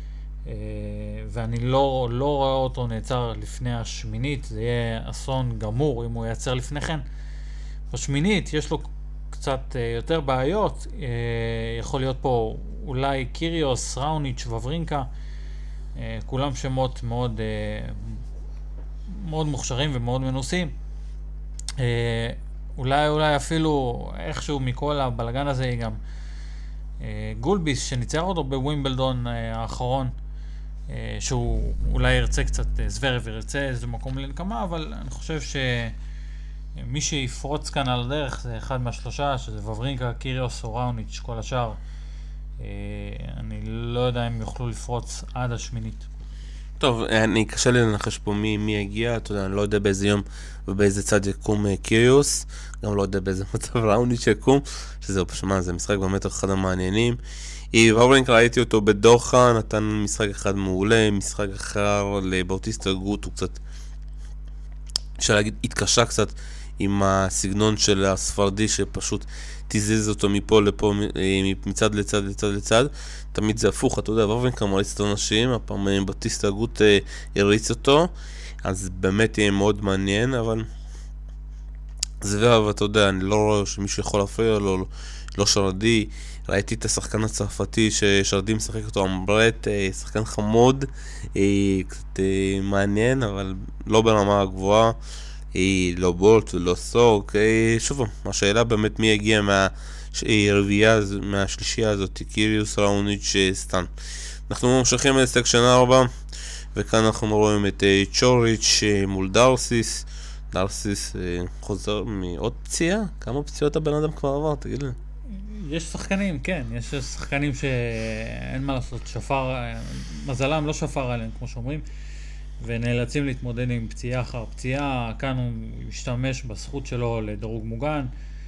ואני לא, לא רואה אותו נעצר לפני השמינית, זה יהיה אסון גמור אם הוא ייעצר לפני כן. בשמינית יש לו קצת יותר בעיות, יכול להיות פה אולי קיריוס, ראוניץ', וברינקה, כולם שמות מאוד, מאוד מוכשרים ומאוד מנוסים. אולי, אולי אפילו איכשהו מכל הבלגן הזה גם גולביס שניצח אותו בווימבלדון האחרון, שהוא אולי ירצה קצת זוורב וירצה איזה מקום לנקמה, אבל אני חושב שמי שיפרוץ כאן על הדרך זה אחד מהשלושה, שזה וברינקה, קיריוס או ראוניץ'. כל השאר אני לא יודע אם יוכלו לפרוץ עד השמינית. טוב, אני קשה לי לנחש פה מי, מי יגיע, אתה יודע, אני לא יודע באיזה יום ובאיזה צד יקום קיריוס, גם לא יודע באיזה מצב ראוניץ' יקום, שזה פשוט, זה משחק באמת אחד המעניינים. וברינקה ראיתי אותו בדוחה, נתן משחק אחד מעולה, משחק אחר לבאוטיסטה אגוט, הוא קצת, אפשר להגיד, התקשה קצת עם הסגנון של הספרדי שפשוט תזיז אותו מפה לפה, מצד לצד לצד לצד. תמיד זה הפוך, אתה יודע, וברינקה מריץ את האנשים, הפעם באוטיסטה אגוט הריץ אותו, אז באמת יהיה מאוד מעניין, אבל זוורב, אתה יודע, אני לא רואה שמישהו יכול להפריע לו, לא שרדי. ראיתי את השחקן הצרפתי ששרדי משחק אותו, אמברט, שחקן חמוד, קצת מעניין, אבל לא ברמה הגבוהה, לא בולט, לא סורק. שוב, השאלה באמת מי יגיע מהרביעייה, מהשלישייה הזאת, קיריוס, ראוניץ', סטן. אנחנו ממשיכים לסקשן ארבע, וכאן אנחנו רואים את צ'וריץ' מול דרסיס. דרסיס חוזר מעוד פציעה? כמה פציעות הבן אדם כבר עבר, תגיד לי. יש שחקנים, כן, יש שחקנים שאין מה לעשות, שפר, מזלם לא שפר עליהם, כמו שאומרים, ונאלצים להתמודד עם פציעה אחר פציעה. כאן הוא משתמש בזכות שלו לדירוג מוגן.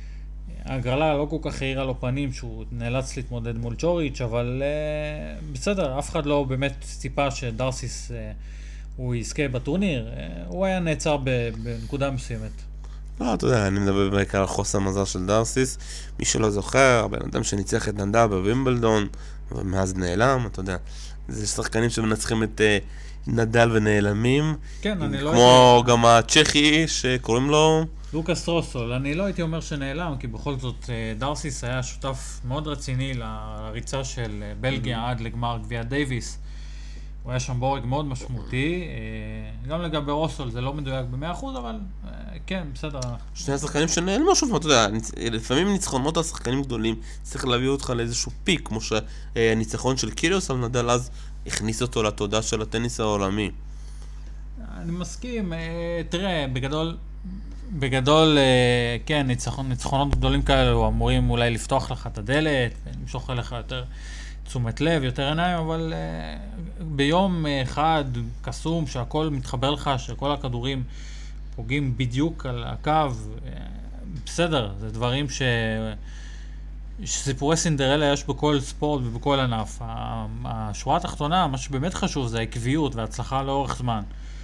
הגרלה לא כל כך העירה לו פנים שהוא נאלץ להתמודד מול צ'וריץ', אבל uh, בסדר, אף אחד לא באמת ציפה שדרסיס uh, הוא יזכה בטורניר. Uh, הוא היה נעצר בנקודה מסוימת. לא, אתה יודע, אני מדבר בעיקר על חוסר מזל של דרסיס. מי שלא זוכר, הבן אדם שניצח את נדל בווימבלדון, ומאז נעלם, אתה יודע. זה שחקנים שמנצחים את uh, נדל ונעלמים. כן, אני לא... כמו גם הצ'כי שקוראים לו... לוקאס רוסול. אני לא הייתי אומר שנעלם, כי בכל זאת דרסיס היה שותף מאוד רציני לריצה של בלגיה עד לגמר גביע דייביס. הוא היה שם בורג מאוד משמעותי. גם לגבי רוסול זה לא מדויק ב-מאה אחוז, אבל כן, בסדר. שני השחקנים שנעלמו שוב, אתה יודע, לפעמים ניצחונות על שחקנים גדולים צריך להביא אותך לאיזשהו פיק, כמו שהניצחון של קיריוס על נדל אז הכניס אותו לתודעה של הטניס העולמי. אני מסכים. תראה, בגדול... בגדול, כן, ניצחונות, ניצחונות גדולים כאלה אמורים אולי לפתוח לך את הדלת, למשוך לך יותר תשומת לב, יותר עיניים, אבל ביום אחד קסום שהכל מתחבר לך, שכל הכדורים פוגעים בדיוק על הקו, בסדר, זה דברים ש... שסיפורי סינדרלה יש בכל ספורט ובכל ענף. השורה התחתונה, מה שבאמת חשוב זה העקביות וההצלחה לאורך זמן.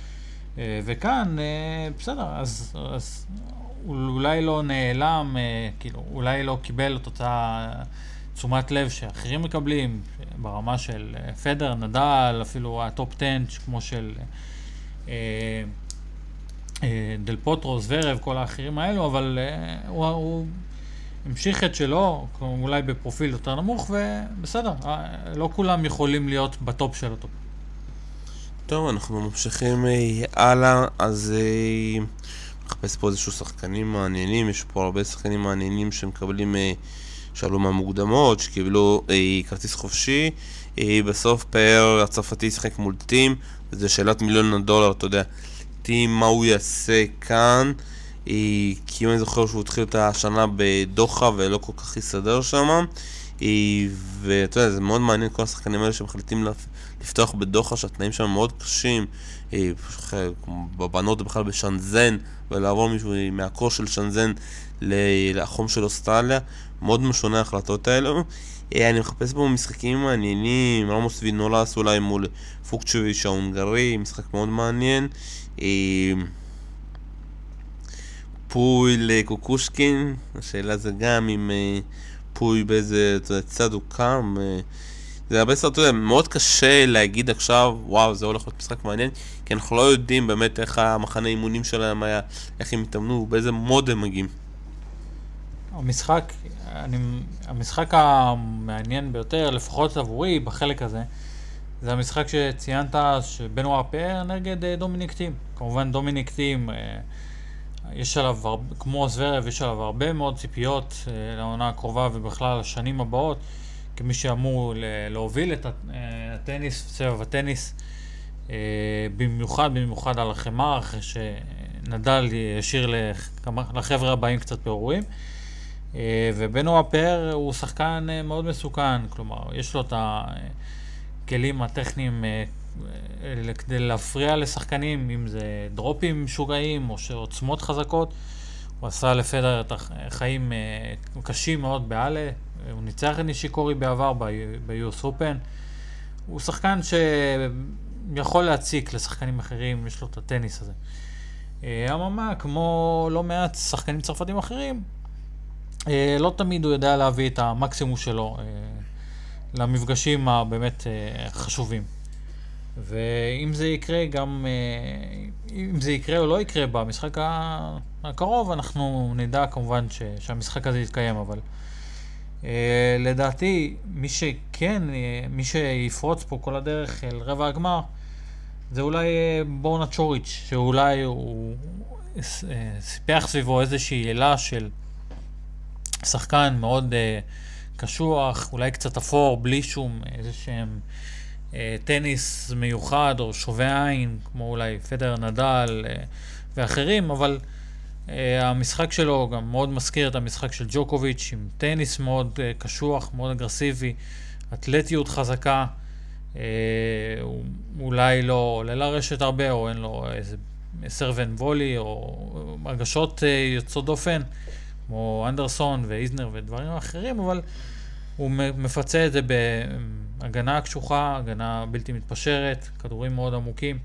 וכאן, בסדר, אז, אז אולי לא נעלם, כאילו, אולי לא קיבל את אותה תשומת לב שאחרים מקבלים, ברמה של פדר, נדל, אפילו הטופ עשר, כמו של אה, אה, דל פוטרו, זוורב, כל האחרים האלו, אבל אה, הוא, הוא המשיך את שלו, אולי בפרופיל יותר נמוך, ובסדר, לא כולם יכולים להיות בטופ של הטופ. טוב, אנחנו ממשיכים הלאה, אז נחפש פה איזשהו שחקנים מעניינים. יש פה הרבה שחקנים מעניינים שמקבלים, שאלו מהמוקדמות, שקיבלו כרטיס חופשי. בסוף פאר הצרפתי ישחק מול טים, וזה שאלת מיליון הדולר, אתה יודע, טים, מה הוא יעשה כאן? כי אם אני זוכר שהוא התחיל את השנה בדוחה ולא כל כך יסדר שם. ואתה יודע, זה מאוד מעניין כל השחקנים האלה שמחליטים לפתוח בדוחה, שהתנאים שם מאוד קשים, בבנות בכלל בשנזן, ולעבור מישהו מהקור של שנזן לחום של אוסטרליה, מאוד משונה ההחלטות האלו. אני מחפש פה משחקים מעניינים, רמוס וינולס אולי מול פוקצ'וביץ' ההונגרי, משחק מאוד מעניין. פוי לקוקושקין, השאלה זה גם אם פוי באיזה צד הוא קם. זה הרבה סרט, מאוד קשה להגיד עכשיו, וואו, זה הולך להיות משחק מעניין, כי אנחנו לא יודעים באמת איך המחנה האימונים שלהם היה, איך הם התאמנו, באיזה מוד הם מגיעים. המשחק, אני, המשחק המעניין ביותר, לפחות עבורי בחלק הזה, זה המשחק שציינת שבנואר פאר נגד דומיניק טים. כמובן דומיניק טים, יש עליו, כמו זוורב, יש עליו הרבה מאוד ציפיות לעונה הקרובה ובכלל לשנים הבאות, כמי שאמור להוביל את הטניס, סבב הטניס, במיוחד, במיוחד על החמר, אחרי שנדל ישיר לחבר'ה הבאים קצת פירורים. ובנואר פאר הוא שחקן מאוד מסוכן, כלומר, יש לו את הכלים הטכניים כדי להפריע לשחקנים, אם זה דרופים משוגעים או שעוצמות חזקות. הוא עשה לפדר את החיים קשים מאוד באלה, הוא ניצח את נישיקורי בעבר ב-יו אס Open. הוא שחקן שיכול להציק לשחקנים אחרים, יש לו את הטניס הזה. אממה, כמו לא מעט שחקנים צרפתים אחרים, לא תמיד הוא יודע להביא את המקסימום שלו למפגשים הבאמת חשובים. ואם זה יקרה גם, אם זה יקרה או לא יקרה במשחק הקרוב, אנחנו נדע כמובן שהמשחק הזה יתקיים, אבל לדעתי, מי שכן, מי שיפרוץ פה כל הדרך אל רבע הגמר, זה אולי בורנה צ'וריץ', שאולי הוא סיפח סביבו איזושהי אלה של שחקן מאוד קשוח, אולי קצת אפור, בלי שום איזשהם טניס מיוחד או שובה עין, כמו אולי פדר נדל ואחרים, אבל המשחק שלו גם מאוד מזכיר את המשחק של ג'וקוביץ', עם טניס מאוד קשוח, מאוד אגרסיבי, אתלטיות חזקה, אולי לא עולה לרשת הרבה, או אין לו איזה סרבן וולי, או הרגשות יוצאות דופן, כמו אנדרסון ואיזנר ודברים אחרים, אבל הוא מפצה את זה בהגנה קשוחה, הגנה בלתי מתפשרת, כדורים מאוד עמוקים,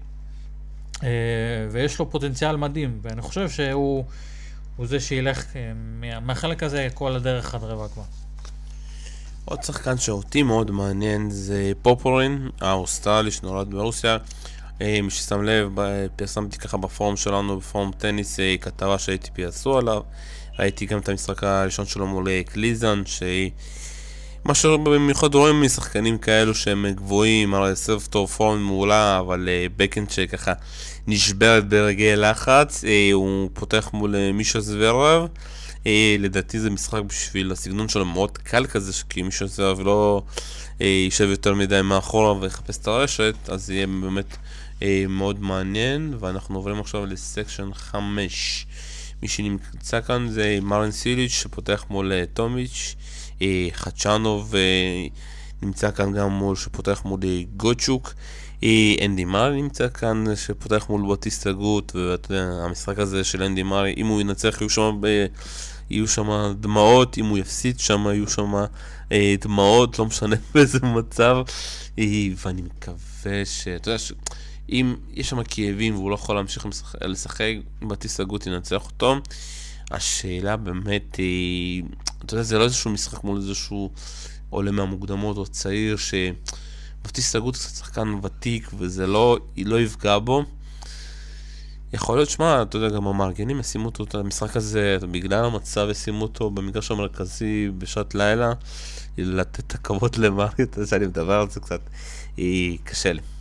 ויש לו פוטנציאל מדהים, ואני חושב שהוא הוא זה שילך מהחלק הזה כל הדרך עד רבע כבר. עוד שחקן שאותי מאוד מעניין זה פופורין, האוסטרלי שנולד ברוסיה. מי ששם לב, פרסמתי ככה בפורום שלנו, בפורום טניס, כתבה שהייתי פייסו עליו. ראיתי גם את המשחק הראשון שלו מול קליזן, שהיא מה שבמיוחד רואים משחקנים כאלו שהם גבוהים, הרי סרב טוב פורם מעולה, אבל בקאנד שככה נשברת ברגעי לחץ, הוא פותח מול מישה זוורב. לדעתי זה משחק בשביל הסגנון שלו מאוד קל כזה, כי מישה זוורב לא יישב יותר מדי מאחורה ויחפש את הרשת, אז זה יהיה באמת מאוד מעניין. ואנחנו עוברים עכשיו לסקשן חמש. מי שנמצא כאן זה מרין סיליץ' שפותח מול טומיץ'. חדשנוב נמצא כאן גם מול שפותח מול גוצ'וק. אנדי מארי נמצא כאן שפותח מול בוטיסטה גוט, והמשחק הזה של אנדי מארי, אם הוא ינצח יהיו שם, ב... יהיו שם דמעות, אם הוא יפסיד שם יהיו שם דמעות, לא משנה באיזה מצב. ואני מקווה ש... אתה יודע ש... אם יש שם כאבים והוא לא יכול להמשיך לשחק, בוטיסטה גוט ינצח אותו. השאלה באמת היא, אתה יודע, זה לא איזשהו משחק מול איזשהו עולה מהמוקדמות או צעיר שבוטיסטה גוט קצת שחקן ותיק וזה לא, לא יפגע בו. יכול להיות, שמה, אתה יודע, גם המארגנים ישימו אותו את המשחק הזה, בגלל המצב ישימו אותו במגרש המרכזי בשעת לילה, לתת את הכבוד למארי, אתה יודע שאני מדבר על זה קצת, היא קשה לי.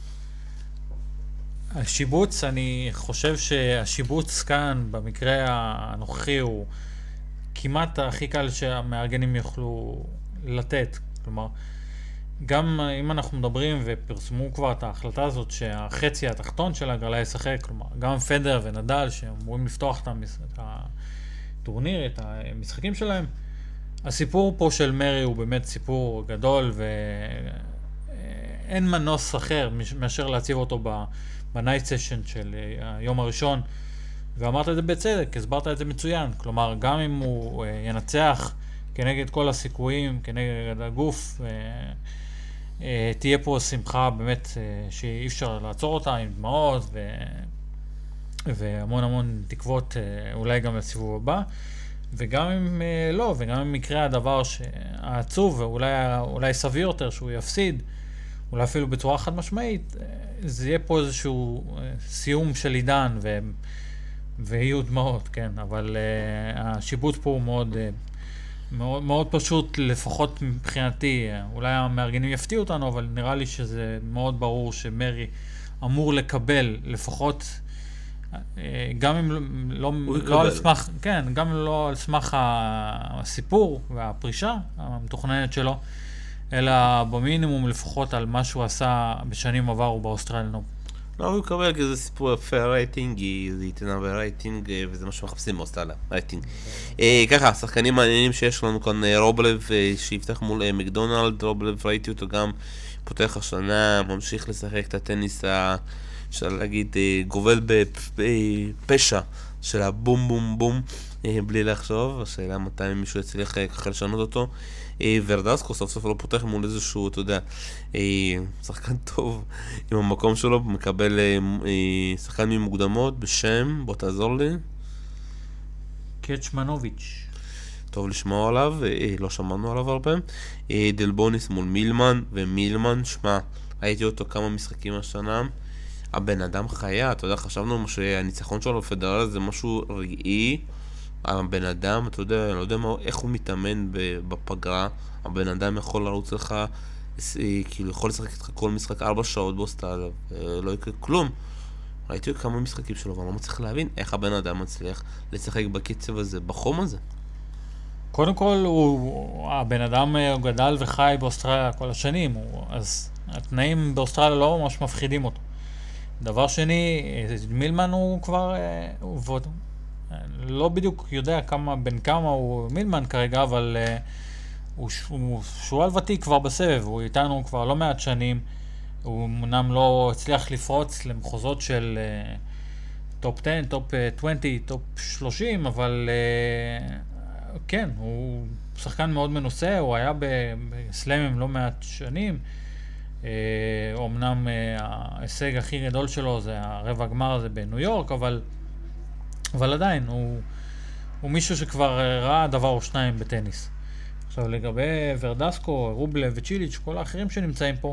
השיבוץ, אני חושב שהשיבוץ כאן במקרה הנוכחי הוא כמעט הכי קל שהמארגנים יוכלו לתת. כלומר, גם אם אנחנו מדברים ופרסמו כבר את ההחלטה הזאת שהחצי התחתון של הגרלה ישחק, כלומר, גם פדר ונדל שאמורים לפתוח את הטורניר, את המשחקים שלהם, הסיפור פה של מרי הוא באמת סיפור גדול, ואין מנוס אחר מאשר להציב אותו בנייט סשן של היום הראשון, ואמרת את זה בצדק, הסברת את זה מצוין. כלומר, גם אם הוא ינצח כנגד כל הסיכויים, כנגד הגוף, תהיה פה שמחה באמת שאי אפשר לעצור אותה, עם דמעות ו... והמון המון תקוות אולי גם לסיבוב הבא. וגם אם לא, וגם אם יקרה הדבר העצוב, ואולי אולי סביר יותר שהוא יפסיד, אולי אפילו בצורה חד משמעית, זה יהיה פה איזשהו סיום של עידן, ו... ויהיו דמעות, כן, אבל uh, השיבוט פה הוא מאוד, uh, מאוד, מאוד פשוט, לפחות מבחינתי. אולי המארגנים יפתיעו אותנו, אבל נראה לי שזה מאוד ברור שמרי אמור לקבל, לפחות, uh, גם אם לא, לא על סמך, כן, גם אם לא על סמך הסיפור והפרישה המתוכננת שלו, אלא במינימום לפחות על מה שהוא עשה בשנים עברו באוסטרליאן אופן. לא, הוא יקבל כי זה סיפור יפה, רייטינג, זה ייתן הרבה רייטינג, וזה מה שמחפשים באוסטרליה, רייטינג. ככה, השחקנים מעניינים שיש לנו כאן, רובלב שיפתח מול מקדונלד, רובלב ראיתי אותו גם פותח השנה, ממשיך לשחק את הטניס, אפשר להגיד, גובל בפשע של הבום בום בום, בלי לחשוב, השאלה מתי מישהו יצליח ככה לשנות אותו. ורדסקו סוף סוף לא פותח מול איזשהו, אתה יודע, שחקן טוב עם המקום שלו, מקבל שחקן ממוקדמות בשם, בוא תעזור לי. קצ'מנוביץ'. טוב לשמוע עליו, לא שמענו עליו הרבה. דלבוניס מול מילמן, ומילמן, שמע, ראיתי אותו כמה משחקים השנה, הבן אדם חיה, אתה יודע, חשבנו שהניצחון שלו בפדרל זה משהו רגעי, הבן אדם, אתה יודע, אני לא יודע מה, איך הוא מתאמן בפגרה, הבן אדם יכול לרוץ לך, כאילו יכול לשחק איתך כל משחק ארבע שעות באוסטרליה, לא יקרה כלום. ראיתי כמה משחקים שלו, אבל אני לא מצליח להבין איך הבן אדם מצליח לשחק בקצב הזה, בחום הזה. קודם כל, הוא, הבן אדם הוא גדל וחי באוסטרליה כל השנים, הוא, אז התנאים באוסטרליה לא ממש מפחידים אותו. דבר שני, מילמן הוא כבר, הוא, לא בדיוק יודע כמה, בין כמה הוא מילמן כרגע, אבל uh, הוא, הוא שואל ותיק כבר בסבב, הוא איתנו כבר לא מעט שנים, הוא מנם לא הצליח לפרוץ למחוזות של uh, טופ עשר, טופ עשרים, טופ שלושים, אבל uh, כן, הוא שחקן מאוד מנוסה, הוא היה בסלאמים לא מעט שנים, uh, אמנם uh, ההישג הכי גדול שלו זה הרבע הגמר הזה בניו יורק, אבל אבל עדיין, הוא, הוא מישהו שכבר ראה דבר או שניים בטניס. עכשיו, לגבי ורדסקו, רובלב וצ'יליץ', כל האחרים שנמצאים פה,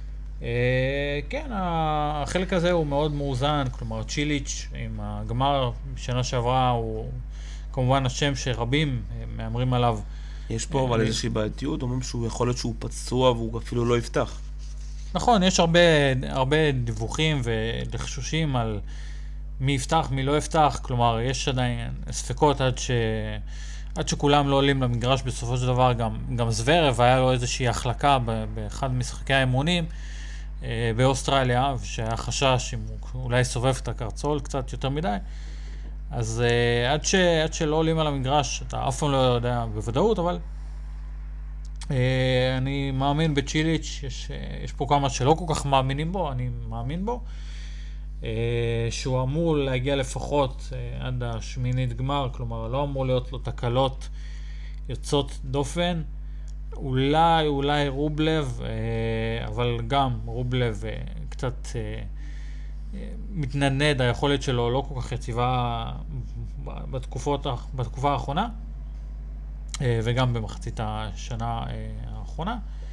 אה, כן, החלק הזה הוא מאוד מאוזן, כלומר, צ'יליץ' עם הגמר בשנה שעברה, הוא כמובן השם שרבים מאמרים עליו. יש פה אבל איזושהי בעייתיות, אומרים שהוא יכול להיות שהוא פצוע והוא אפילו לא יפתח. נכון, יש הרבה, הרבה דיווחים ולחשושים על מי יפתח, מי לא יפתח, כלומר, יש עדיין ספקות עד ש... עד שכולם לא עולים למגרש בסופו של דבר, גם, גם זוורב, היה לו איזושהי החלקה באחד משחקי האימונים אה, באוסטרליה, שהיה חשש אם הוא אולי סובב את הקרצול קצת יותר מדי, אז אה, עד, ש... עד שלא עולים על המגרש, אתה אף פעם לא יודע בוודאות, אבל אה, אני מאמין בצ'יליץ', יש, יש פה כמה שלא כל כך מאמינים בו, אני מאמין בו, שהוא אמור להגיע לפחות עד השמינית גמר, כלומר לא אמור להיות לו תקלות יוצאות דופן, אולי אולי רובלב, אבל גם רובלב קצת מתנדנד, היכולת שלו לא כל כך יציבה בתקופות, בתקופה האחרונה, וגם במחצית השנה האחרונה.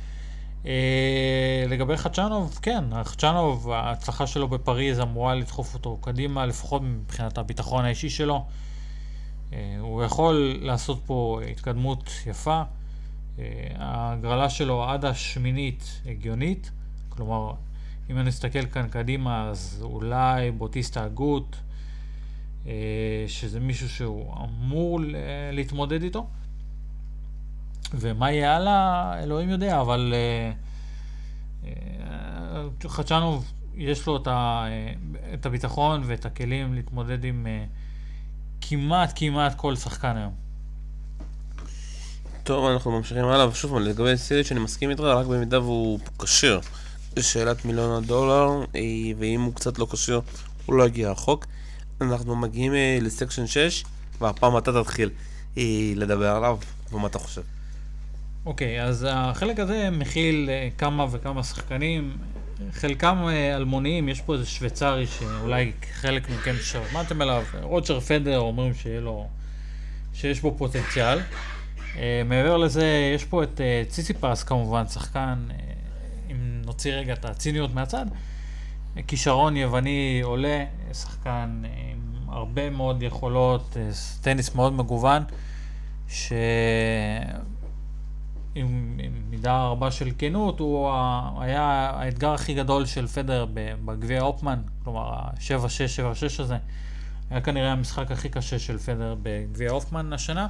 לגבי חדשנוב, כן, חדשנוב, ההצלחה שלו בפריז אמורה לדחוף אותו קדימה, לפחות מבחינת הביטחון האישי שלו. הוא יכול לעשות פה התקדמות יפה. ההגרלה שלו עד השמינית הגיונית, כלומר, אם אני אסתכל כאן קדימה, אז אולי בוטיסטה הגות, שזה מישהו שהוא אמור להתמודד איתו. ומה יהיה הלאה, אלוהים יודע, אבל uh, uh, חדשנוב יש לו את, ה, uh, את הביטחון ואת הכלים להתמודד עם uh, כמעט כמעט כל שחקן היום. טוב, אנחנו ממשיכים הלאה, ושוב, לגבי סיליץ' אני מסכים איתך, רק במידה והוא כשיר. זו שאלת מיליון הדולר, אה, ואם הוא קצת לא כשיר, הוא לא יגיע רחוק. אנחנו מגיעים אה, לסקשן שש, והפעם אתה תתחיל אה, לדבר עליו, ומה אתה חושב? אוקיי, אז החלק הזה מכיל אה, כמה וכמה שחקנים, חלקם אה, אלמוניים, יש פה איזה שוויצרי שאולי חלק מכם שמעתם עליו, רוג'ר פדר אומרים שיהיה לו, שיש בו פוטנציאל. אה, מעבר לזה, יש פה את אה, ציציפס כמובן, שחקן, אה, אם נוציא רגע את הציניות מהצד, אה, כישרון יווני עולה, שחקן אה, עם הרבה מאוד יכולות, אה, טניס מאוד מגוון, ש... עם, עם מידה רבה של כנות, הוא ה- היה האתגר הכי גדול של פדר ב- בגביע אופמן, כלומר ה-שבע שש שבע שש הזה, היה כנראה המשחק הכי קשה של פדר בגביע אופמן השנה,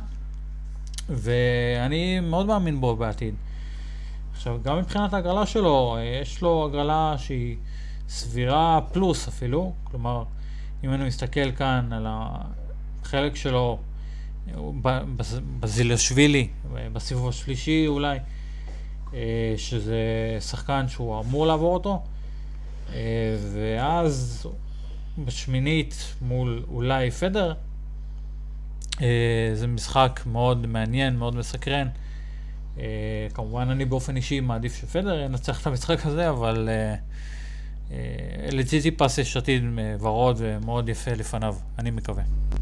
ואני מאוד מאמין בו בעתיד. עכשיו, גם מבחינת ההגרלה שלו, יש לו הגרלה שהיא סבירה פלוס אפילו, כלומר, אם אני מסתכל כאן על החלק שלו, בזילשווילי, בסיבוב השלישי אולי, שזה שחקן שהוא אמור לעבור אותו, ואז בשמינית מול אולי פדר, זה משחק מאוד מעניין, מאוד מסקרן. כמובן אני באופן אישי מעדיף שפדר ינצח את המשחק הזה, אבל לציציפס יש עתיד ורוד ומאוד יפה לפניו, אני מקווה.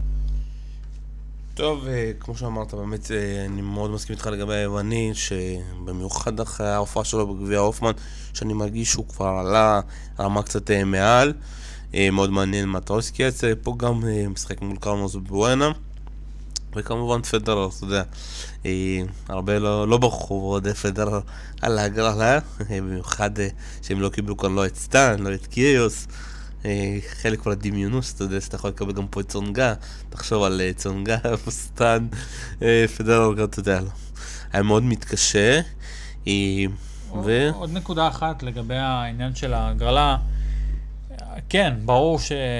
טוב, כמו שאמרת, באמת אני מאוד מסכים איתך לגבי היווני, שבמיוחד אחרי ההופעה שלו בגביע אופמן, שאני מרגיש שהוא כבר עלה רמה קצת מעל, מאוד מעניין מטרוסקי יצא, פה גם משחק מול קרלוס בואנה, וכמובן פדרר, אתה יודע, הרבה לא, לא ברחוב עוד פדרר על ההגרלה, במיוחד שהם לא קיבלו כאן לא את סטן, לא את קיריוס, חלק כבר דמיונוס, אתה יודע שאתה יכול לקבל גם פה את צונגה, תחשוב על צונגה, פוסטן, פדרר, אתה יודע, היה מאוד מתקשה. ו... עוד נקודה אחת לגבי העניין של ההגרלה, כן, ברור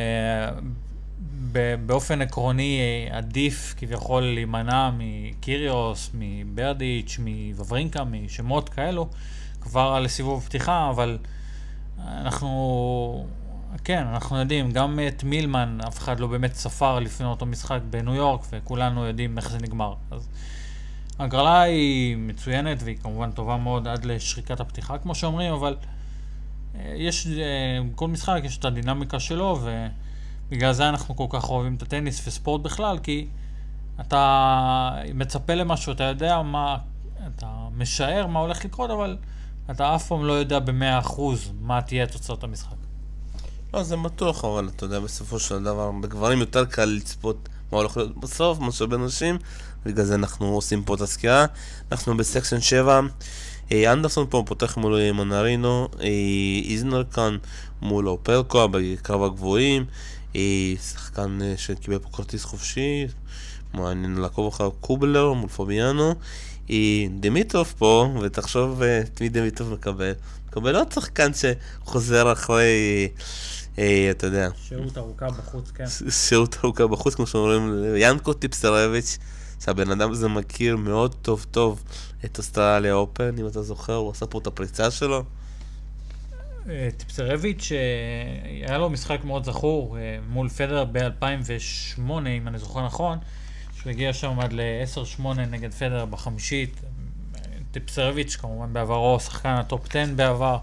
שבאופן עקרוני עדיף כביכול להימנע מקיריוס, מברדיץ', מוורינקה, משמות כאלו, כבר לסיבוב פתיחה, אבל אנחנו... כן, אנחנו יודעים, גם את מילמן, אף אחד לא באמת ספר לפני אותו משחק בניו יורק, וכולנו יודעים איך זה נגמר. אז הגרלה היא מצוינת, והיא כמובן טובה מאוד עד לשריקת הפתיחה, כמו שאומרים, אבל יש, כל משחק יש את הדינמיקה שלו, ובגלל זה אנחנו כל כך אוהבים את הטניס וספורט בכלל, כי אתה מצפה למשהו, אתה יודע מה, אתה משער מה הולך לקרות, אבל אתה אף פעם לא יודע במאה אחוז מה תהיה תוצאות המשחק. לא, זה בטוח, אבל אתה יודע, בסופו של דבר, בגברים יותר קל לצפות מה הולך להיות בסוף, מה שבנשים, בגלל זה אנחנו עושים פה את הסקירה. אנחנו בסקשן שבע, אנדרסון פה פותח מול מנרינו, איזנר כאן מול אופלקו בקרב הגבוהים, שחקן שקיבל פה כרטיס חופשי, מעניין לעקוב אחר קובלר מול פוביאנו, דמיטרוב פה, ותחשוב את מי דמיטרוב מקבל. מקבל עוד שחקן שחוזר אחרי, אתה יודע, שהות ארוכה בחוץ, כן. שהות ארוכה בחוץ, כמו שאומרים, ינקו טיפסרביץ', שהבן אדם הזה מכיר מאוד טוב טוב את אוסטרליה אופן, אם אתה זוכר, הוא עשה פה את הפריצה שלו. טיפסרביץ' היה לו משחק מאוד זכור מול פדר ב-אלפיים ושמונה, אם אני זוכר נכון, שהוא הגיע שם עד ל-עשר שמונה נגד פדר בחמישית. טיפסרביץ' כמובן בעברו, שחקן הטופ עשר בעבר,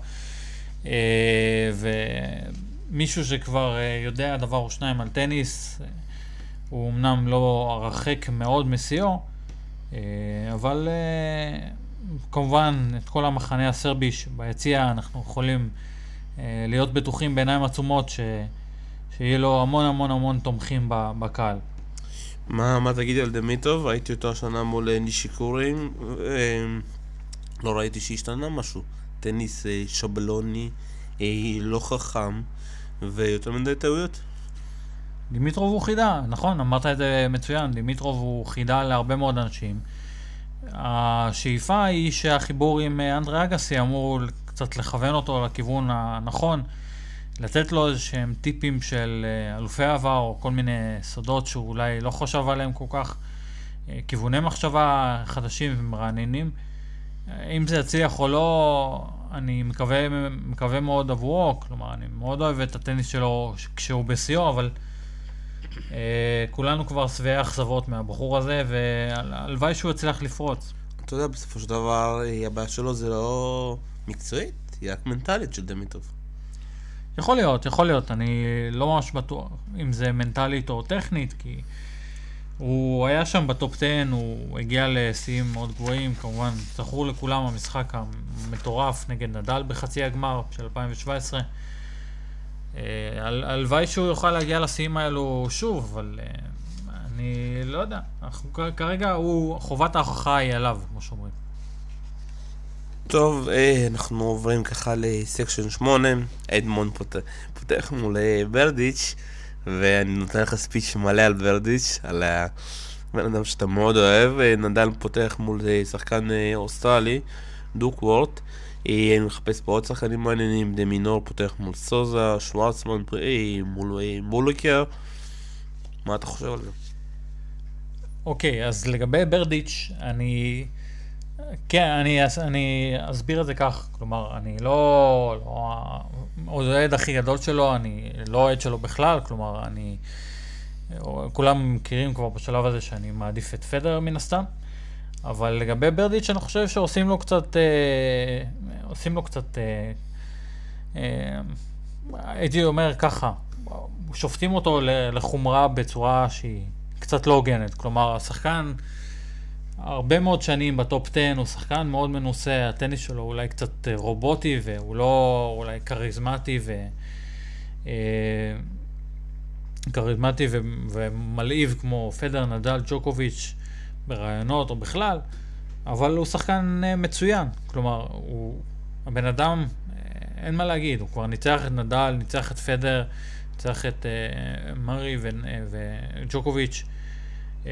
ומישהו שכבר יודע דבר או שניים על טניס, הוא אמנם לא הרחק מאוד מסיוע, אבל כמובן את כל המחנה הסרבי ביציע אנחנו יכולים להיות בטוחים בעיניים עצומות ש... שיהיה לו המון המון המון תומכים בקהל. מה, מה תגידי על דמיטרוב? ראיתי אותו השנה מול נישיקורי, לא ראיתי שהשתנה משהו. טניס שבלוני, לא חכם, ויותר מדי טעויות. דמיטרוב הוא חידה, נכון, אמרת את זה מצוין, דמיטרוב הוא חידה להרבה מאוד אנשים. השאיפה היא שהחיבור עם אנדרי אגסי אמור קצת לכוון אותו לכיוון הנכון, לתת לו איזשהם טיפים של אלופי עבר, או כל מיני סודות שהוא אולי לא חושב עליהם כל כך, כיווני מחשבה חדשים ומרעננים. אם זה יצליח או לא, אני מקווה, מקווה מאוד עבורו, כלומר, אני מאוד אוהב את הטניס שלו כשהוא בשיאו, אבל אה, כולנו כבר שבעי אכזבות מהבחור הזה, והלוואי שהוא יצליח לפרוץ. אתה יודע, בסופו של דבר, הבעיה שלו זה לא מקצועית, היא רק מנטלית של דמיטרוב. יכול להיות, יכול להיות, אני לא ממש בטוח אם זה מנטלית או טכנית, כי הוא היה שם בטופ עשר, הוא הגיע לשיאים מאוד גבוהים, כמובן, זכור לכולם המשחק המטורף נגד נדל בחצי הגמר של אלפיים שבע עשרה. הלוואי שהוא יוכל להגיע לשיאים האלו שוב, אבל אני לא יודע, אנחנו, כרגע הוא, חובת ההוכחה היא עליו, כמו שאומרים. טוב, אנחנו עוברים ככה לסקשן שמונה, אדמונד פותח מול ברדיץ', ואני נותן לך ספיץ' מלא על ברדיץ', על הבן אדם שאתה מאוד אוהב. נדל פותח מול שחקן אוסטרלי, דוקוורט. אני מחפש פה עוד שחקנים מעניינים, דמינור פותח מול סוזה, שוורצמן מול מוליקר. מה אתה חושב על זה? אוקיי, אז לגבי ברדיץ', אני... כן, אני, אני אסביר את זה כך, כלומר, אני לא, לא האוהד הכי גדול שלו, אני לא אוהד שלו בכלל, כלומר, אני, כולם מכירים כבר בשלב הזה שאני מעדיף את פדר מן הסתם, אבל לגבי ברדיץ' אני חושב שעושים לו קצת, אה, עושים לו קצת, אה, אה, הייתי אומר ככה, שופטים אותו לחומרה בצורה שהיא קצת לא הוגנת, כלומר, השחקן, הרבה מאוד שנים בטופ עשר, הוא שחקן מאוד מנוסה, הטניס שלו אולי קצת רובוטי, והוא לא אולי קריזמטי ו... קריזמטי ו... ומלהיב כמו פדר, נדל, ג'וקוביץ' ברעיונות או בכלל, אבל הוא שחקן מצוין, כלומר, הוא... הבן אדם, אין מה להגיד, הוא כבר ניצח את נדל, ניצח את פדר, ניצח את uh, מרי ו... וג'וקוביץ', uh,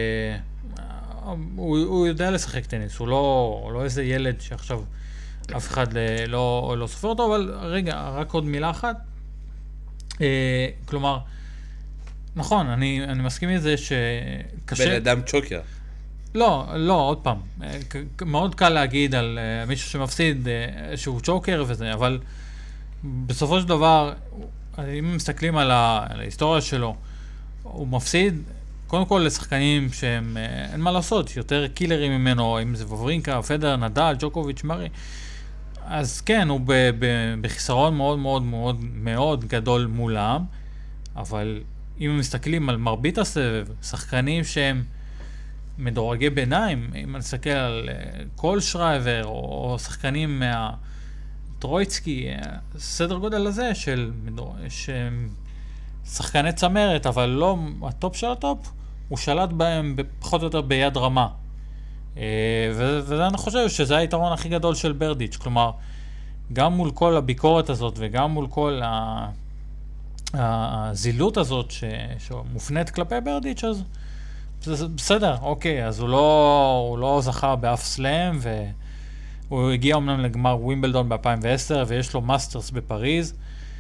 הוא, הוא יודע לשחק טניס, הוא לא, הוא לא איזה ילד שעכשיו אף אחד לא, לא סופר אותו, אבל רגע, רק עוד מילה אחת. אה, כלומר, נכון, אני, אני מסכים עם זה שקשה... בן אדם צ'וקר. לא, לא, עוד פעם. מאוד קל להגיד על מישהו שמפסיד שהוא צ'וקר וזה, אבל בסופו של דבר, אם מסתכלים על, ה, על ההיסטוריה שלו, הוא מפסיד... קודם כל לשחקנים שהם, אין מה לעשות, יותר קילרים ממנו, אם זה וברינקה, פדר, נדל, ג'וקוביץ', מרי. אז כן, הוא ב- ב- בחיסרון מאוד מאוד מאוד מאוד גדול מולם, אבל אם מסתכלים על מרבית הסבב, שחקנים שהם מדורגי ביניים, אם נסתכל על כל שרייבר או שחקנים מהטרויצקי, סדר גודל הזה של שהם שחקני צמרת, אבל לא הטופ של הטופ, הוא שלט בהם פחות או יותר ביד רמה. וזה אני חושב שזה היתרון הכי גדול של ברדיץ', כלומר, גם מול כל הביקורת הזאת וגם מול כל הזילות הזאת שמופנית כלפי ברדיץ', אז זה בסדר, אוקיי, אז הוא לא, הוא לא זכה באף סלאם, והוא הגיע אמנם לגמר ווימבלדון ב-אלפיים ועשר, ויש לו מאסטרס בפריז,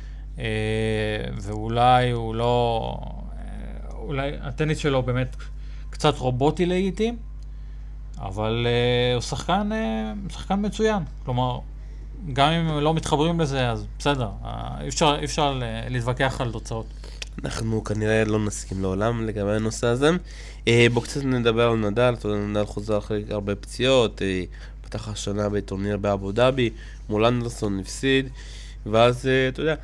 ואולי הוא לא, אולי הטניס שלו באמת קצת רובוטי לעיתים, אבל הוא שחקן, שחקן מצוין, כלומר, גם אם לא מתחברים לזה, אז בסדר, אי אפשר, אי אפשר להתווכח על תוצאות. אנחנו כנראה לא נסכים לעולם לגבי הנושא הזה. בואו קצת נדבר על נדל, אתה יודע, נדל חוזר אחרי הרבה פציעות, פתח השנה בטורניר באבו דאבי, מול אנדרסון נפסיד, ואז אתה יודע,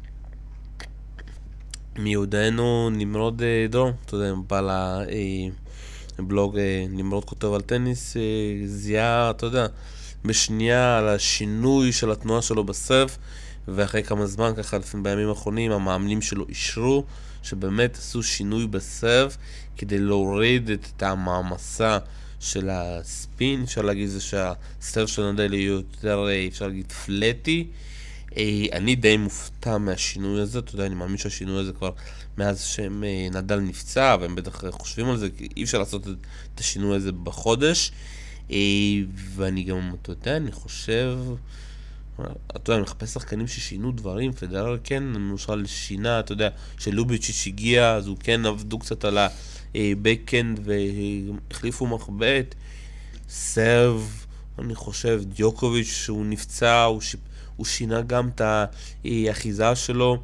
מיודענו נמרוד דרום, אתה יודע, בא לבלוג נמרוד כותב על טניס, זיהה, אתה יודע, בשנייה על השינוי של התנועה שלו בסרף, ואחרי כמה זמן, ככה לפעמים בימים האחרונים, המאמנים שלו אישרו שבאמת עשו שינוי בסרף כדי להוריד את המעמסה של הספין. אפשר להגיד זה שהסרף של נדל יהיה יותר, אפשר להגיד, פלטי. אני די מופתע מהשינוי הזה, אתה יודע, אני מאמין שהשינוי הזה כבר מאז שנדל נפצע, והם בטח חושבים על זה, כי אי אפשר לעשות את השינוי הזה בחודש. ואני גם, אתה יודע, אני חושב, אתה יודע, אני מחפש שחקנים ששינו דברים, פדרר כן, למשל שינה, אתה יודע, שלוביצ'יץ' הגיע, אז הוא כן עבדו קצת על הבקאנד והחליפו מחבט, סרב, אני חושב, דיוקוביץ' שהוא נפצע, הוא, ש... הוא שינה גם את האחיזה שלו,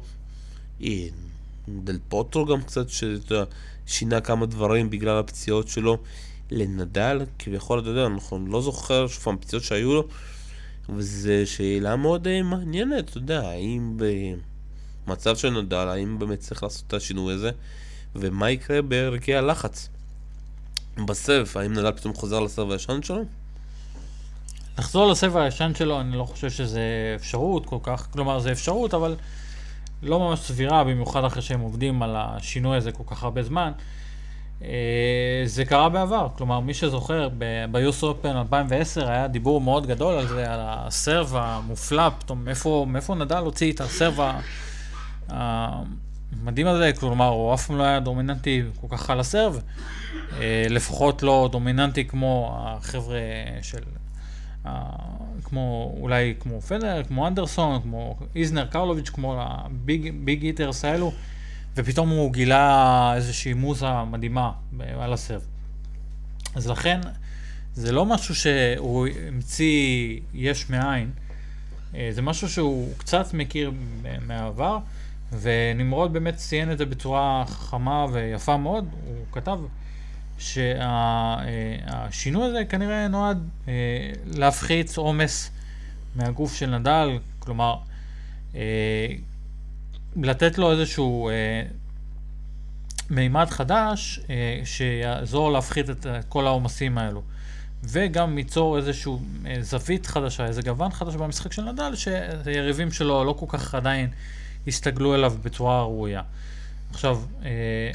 דל פוטרו גם קצת ששינה כמה דברים בגלל הפציעות שלו, לנדל, כביכול, אתה יודע, אנחנו לא זוכר שוב הפציעות שהיו לו, וזו שאלה מאוד מעניינת, אתה יודע, האם במצב של נדל, האם באמת צריך לעשות את השינוי הזה, ומה יקרה ברגעי הלחץ בסבב, האם נדל פתאום חוזר לסבב הישן שלו? לחזור לסבב הישן שלו, אני לא חושב שזה אפשרות כל כך, כלומר זה אפשרות, אבל לא ממש סבירה, במיוחד אחרי שהם עובדים על השינוי הזה כל כך הרבה זמן. זה קרה בעבר, כלומר מי שזוכר ב-יו אס אופן אלפיים ועשר היה דיבור מאוד גדול על זה, על הסרב המופלא, פתאום מאיפה, מאיפה נדל הוציא את הסרב המדהים הזה, כלומר הוא אף פעם לא היה דומיננטי כל כך על הסרב, לפחות לא דומיננטי כמו החבר'ה של, כמו אולי כמו פדר, כמו אנדרסון, כמו איזנר, קרלוביץ', כמו הביג היטרס האלו, ופתאום הוא גילה איזושהי מוזה מדהימה על הסרב. אז לכן, זה לא משהו שהוא המציא יש מאין, זה משהו שהוא קצת מכיר מהעבר, ונמרוד באמת ציין את זה בצורה חכמה ויפה מאוד. הוא כתב שהשינוי הזה כנראה נועד להפחית עומס מהגוף של נדל, כלומר, לתת לו איזשהו אה, מימד חדש אה, שיעזור להפחית את אה, כל העומסים האלו. וגם ייצור איזשהו אה, זווית חדשה, איזה גוון חדש במשחק של נדל, שהיריבים שלו לא כל כך עדיין הסתגלו אליו בצורה ראויה. עכשיו, אה,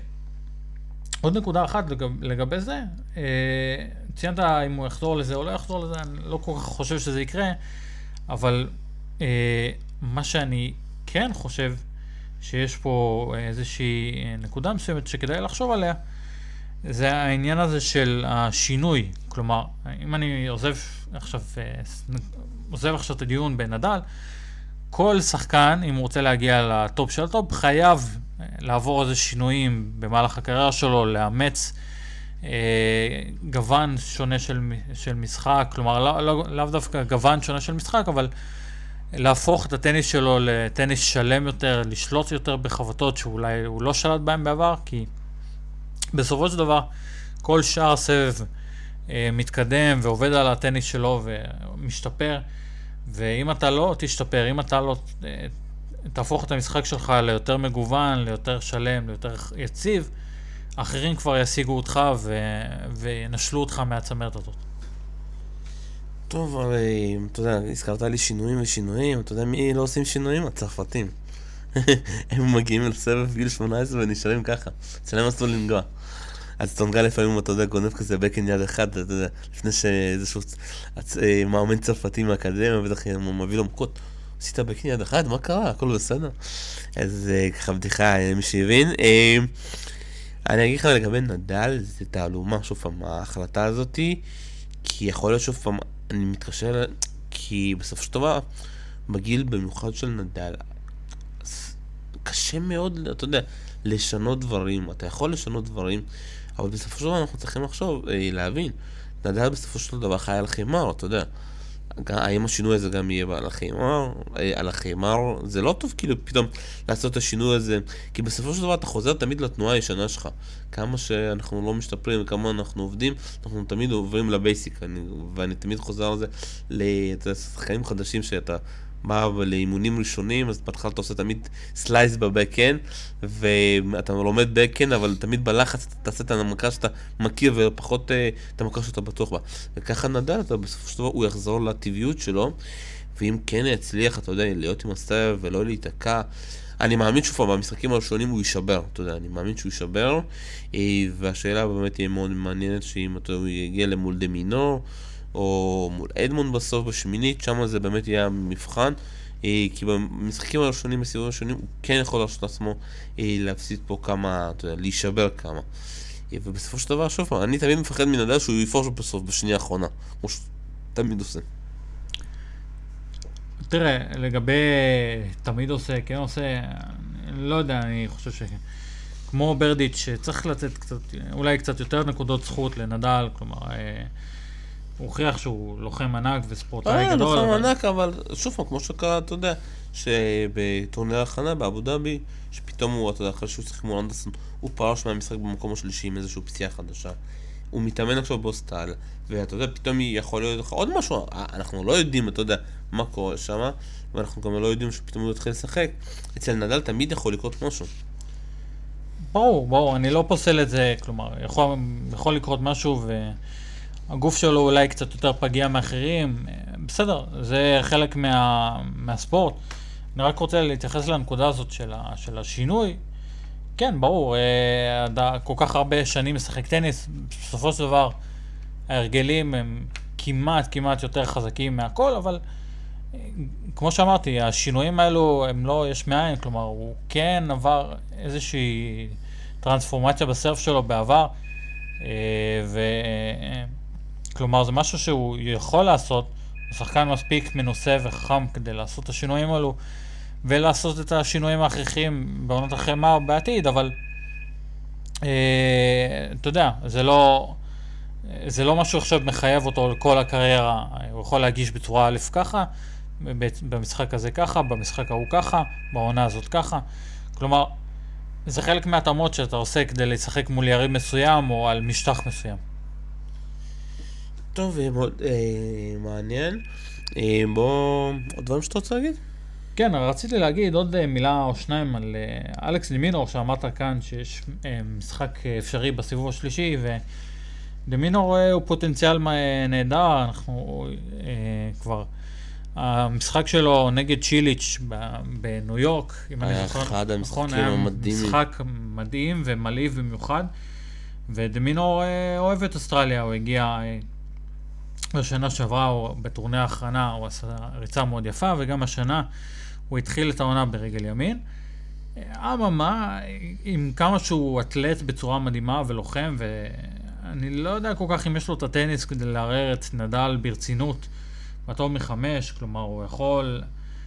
עוד נקודה אחת לגב, לגבי זה, אה, ציינת אם הוא יחזור לזה או לא יחזור לזה, אני לא כל כך חושב שזה יקרה, אבל אה, מה שאני כן חושב, שיש פה איזושהי נקודה מסוימת שכדאי לחשוב עליה, זה העניין הזה של השינוי. כלומר, אם אני עוזב עכשיו, עוזב עכשיו את הדיון בנדל, כל שחקן, אם הוא רוצה להגיע לטופ של הטופ, חייב לעבור איזה שינויים במהלך הקריירה שלו, לאמץ אה, גוון שונה של, של משחק, כלומר, לא, לא, לא דווקא גוון שונה של משחק, אבל להפוך את הטניס שלו לטניס שלם יותר, לשלוט יותר בחבטות שאולי הוא לא שלט בהם בעבר, כי בסופו של דבר כל שאר סבב אה, מתקדם ועובד על הטניס שלו ומשתפר, ואם אתה לא תשתפר, אם אתה לא אה, תהפוך את המשחק שלך ליותר מגוון, ליותר שלם, ליותר יציב, אחרים כבר ישיגו אותך ו... ונשלו אותך מהצמרת הזאת. טוב, הרי, אתה יודע, הזכרת לי שינויים ושינויים, אתה יודע מי לא עושים שינויים? הצרפתים. הם מגיעים לסבב גיל שמונה עשרה ונשארים ככה, אצלם אסור לנגוע. אז תונגה לפעמים, אתה יודע, גונב כזה בקן יד אחד, אתה יודע, לפני שאיזשהו מאמן צרפתי מהאקדמיה, בטח הוא מביא לו מכות, עשית בקן יד אחד, מה קרה? הכל בסדר. אז ככה בדיחה, מי שהבין. אני אגיד לך לגבי נדל, זה תעלומה, שוב פעם, ההחלטה הזאת, כי יכול להיות שוב פעם, אני מתקשר, כי בסופו של דבר, בגיל במיוחד של נדל, קשה מאוד, אתה יודע, לשנות דברים, אתה יכול לשנות דברים, אבל בסופו של דבר אנחנו צריכים לחשוב, להבין, נדל בסופו של דבר חי על חימר, אתה יודע, האם השינוי הזה גם יהיה על החימר, על החימר, זה לא טוב כאילו פתאום לעשות את השינוי הזה, כי בסופו של דבר אתה חוזר תמיד לתנועה הישנה שלך, כמה שאנחנו לא משתפרים, כמה אנחנו עובדים, אנחנו תמיד עוברים לבייסיק, אני, ואני תמיד חוזר על זה, לשחקנים חדשים שאתה בא לאימונים ראשונים, אז בהתחלה אתה עושה תמיד סלייס בבקן, ואתה לומד בקן, אבל תמיד בלחץ אתה תעשה את המכה שאתה מכיר, ופחות את המכה שאתה בטוח בה. וככה נדל, אתה בסופו של דבר הוא יחזור לטבעיות שלו, ואם כן יצליח, אתה יודע, להיות עם הסבב ולא להיתקע, אני מאמין שוב, במשחקים הראשונים הוא יישבר, אתה יודע, אני מאמין שהוא יישבר, והשאלה באמת תהיה מאוד מעניינת, שאם הוא יגיע למול דמינו, או מול אדמונד בסוף בשמינית, שם זה באמת יהיה מבחן, כי במשחקים הראשונים, בסיבובים הראשונים, הוא כן יכול לעשות לעצמו להפסיד פה כמה, אתה יודע, להישבר כמה. ובסופו של דבר, שוב, אני תמיד מפחד מנדל שהוא יפורש בסוף בשנייה האחרונה, כמו שתמיד עושה. תראה, לגבי תמיד עושה, כן עושה, אני לא יודע, אני חושב ש... כמו ברדיץ' שצריך לתת קצת, אולי קצת יותר נקודות זכות לנדל, כלומר, הוא הוכיח שהוא לוחם ענק וספורטאי אה, גדול. לוחם אבל... ענק, אבל שוב פעם, כמו שקרה, אתה יודע, שבטורניר הכנה באבו דאבי, שפתאום הוא, אתה יודע, אחרי שהוא צריך מול אנדרסון, הוא פרש מהמשחק במקום השלישי עם איזושהי פציעה חדשה. הוא מתאמן עכשיו באוסטרליה, ואתה יודע, פתאום יכול להיות לך עוד משהו, אנחנו לא יודעים, אתה יודע, מה קורה שם, ואנחנו גם לא יודעים שפתאום הוא יתחיל לשחק. אצל נדל תמיד יכול לקרות משהו. ברור, ברור, אני לא פוסל את זה, כלומר, יכול, יכול לקרות משהו והגוף שלו אולי קצת יותר פגיע מאחרים, בסדר, זה חלק מה, מהספורט. אני רק רוצה להתייחס לנקודה הזאת של, ה, של השינוי. כן, ברור, כל כך הרבה שנים משחק טניס, בסופו של דבר ההרגלים הם כמעט, כמעט יותר חזקים מהכל, אבל כמו שאמרתי, השינויים האלו הם לא יש מאין, כלומר, הוא כן עבר איזושהי טרנספורמציה בסרף שלו בעבר, וכלומר, זה משהו שהוא יכול לעשות, הוא שחקן מספיק מנוסה וחכם כדי לעשות את השינויים האלו, ולעשות את השינויים ההכרחיים בעונות החמה בעתיד, אבל אתה יודע, זה לא... זה לא משהו עכשיו מחייב אותו לכל הקריירה, הוא יכול להגיש בצורה א' ככה, במשחק הזה ככה, במשחק ההוא ככה, בעונה הזאת ככה. כלומר, זה חלק מהתאמות שאתה עושה כדי לשחק מול יריב מסוים או על משטח מסוים. טוב, מאוד אה, מעניין. אה, בוא, עוד דברים שאתה רוצה להגיד? כן, רציתי להגיד עוד מילה או שניים על אה, אלכס דמינור, שאמרת כאן שיש אה, משחק אפשרי בסיבוב השלישי, ו... דמינור הוא פוטנציאל נהדר, אנחנו אה, כבר, המשחק שלו נגד צ'יליץ' בניו יורק, אם אני זוכר, אחד המשחקים נכון, היה המדהימים. משחק מדהים ומלהיב במיוחד, ודמינור אה, אוהב את אוסטרליה, הוא הגיע אה, בשנה שעברה, הוא, בטורניר האחרונה הוא עשה ריצה מאוד יפה, וגם השנה הוא התחיל את העונה ברגל ימין. אממה, עם כמה שהוא אתלט בצורה מדהימה ולוחם, ו... אני לא יודע כל כך אם יש לו את הטניס כדי לערער את נדל ברצינות בטוב מחמש, כלומר הוא יכול...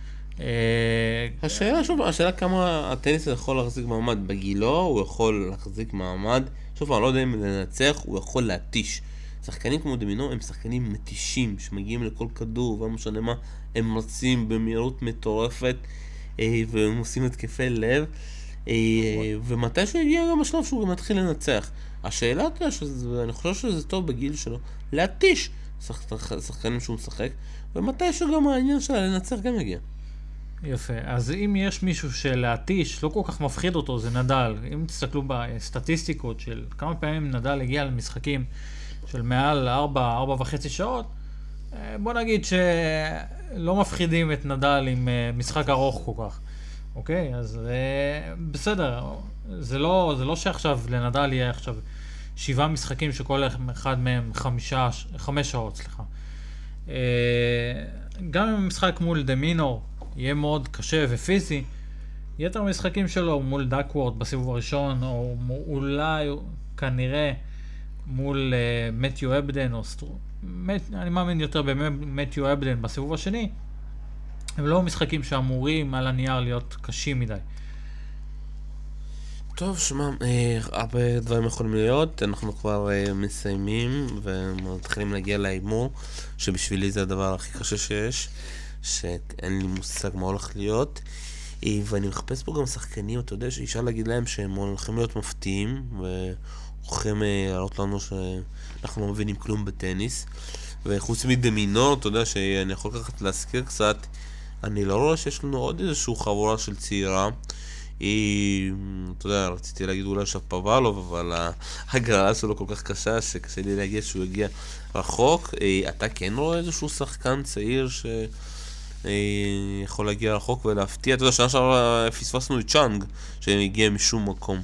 השאלה, שוב, השאלה כמה הטניס יכול להחזיק מעמד. בגילו הוא יכול להחזיק מעמד, שוב, אני לא יודע אם לנצח, הוא יכול להתיש. שחקנים כמו דמינור הם שחקנים מתישים שמגיעים לכל כדור, ומה משנה מה, הם רצים במהירות מטורפת והם עושים התקפי לב, ומתי שהוא יגיע גם השלב שהוא גם מתחיל לנצח. השאלה, אני חושב שזה טוב בגיל שלו, להתיש שחקנים שהוא משחק, ומתי שגם העניין שלה לנצח גם יגיע. יפה, אז אם יש מישהו שלהתיש לא כל כך מפחיד אותו, זה נדל. אם תסתכלו בסטטיסטיקות של כמה פעמים נדל הגיע למשחקים של מעל ארבע, ארבע וחצי שעות, בוא נגיד שלא מפחידים את נדל עם משחק ארוך כל כך. אוקיי, אז בסדר, זה לא, זה לא שעכשיו לנדל יהיה עכשיו שבעה משחקים שכל אחד מהם חמישה, חמש שעות, סליחה. גם אם המשחק מול דמינור יהיה מאוד קשה ופיזי, יתר המשחקים שלו מול דקוורד בסיבוב הראשון, או אולי כנראה מול מתיו אבדן, או סטרו, אני מאמין יותר במתיו אבדן בסיבוב השני, הם לא משחקים שאמורים על הנייר להיות קשים מדי. טוב, שמע, אה, הרבה דברים יכולים להיות, אנחנו כבר אה, מסיימים ומתחילים להגיע לאימור, שבשבילי זה הדבר הכי קשה שיש, שאין לי מושג מה הולך להיות, אה, ואני מחפש פה גם שחקנים, אתה יודע, שאישה להגיד להם שהם הולכים להיות מפתיעים, והולכים אה, להראות לנו שאנחנו לא מבינים כלום בטניס, וחוץ מדמינור, אתה יודע, שאני יכול ככה להזכיר קצת, אני לא רואה שיש לנו עוד איזשהו חבורה של צעירה. היא, אתה יודע, רציתי להגיד אולי שפוואלוב, אבל ההגרלה שלו כל כך קשה שקשה לי להגיד שהוא הגיע רחוק. אתה כן רואה איזשהו שחקן צעיר שיכול להגיע רחוק ולהפתיע? אתה יודע, שנה שעברה פספסנו את צ'אנג שהגיע משום מקום.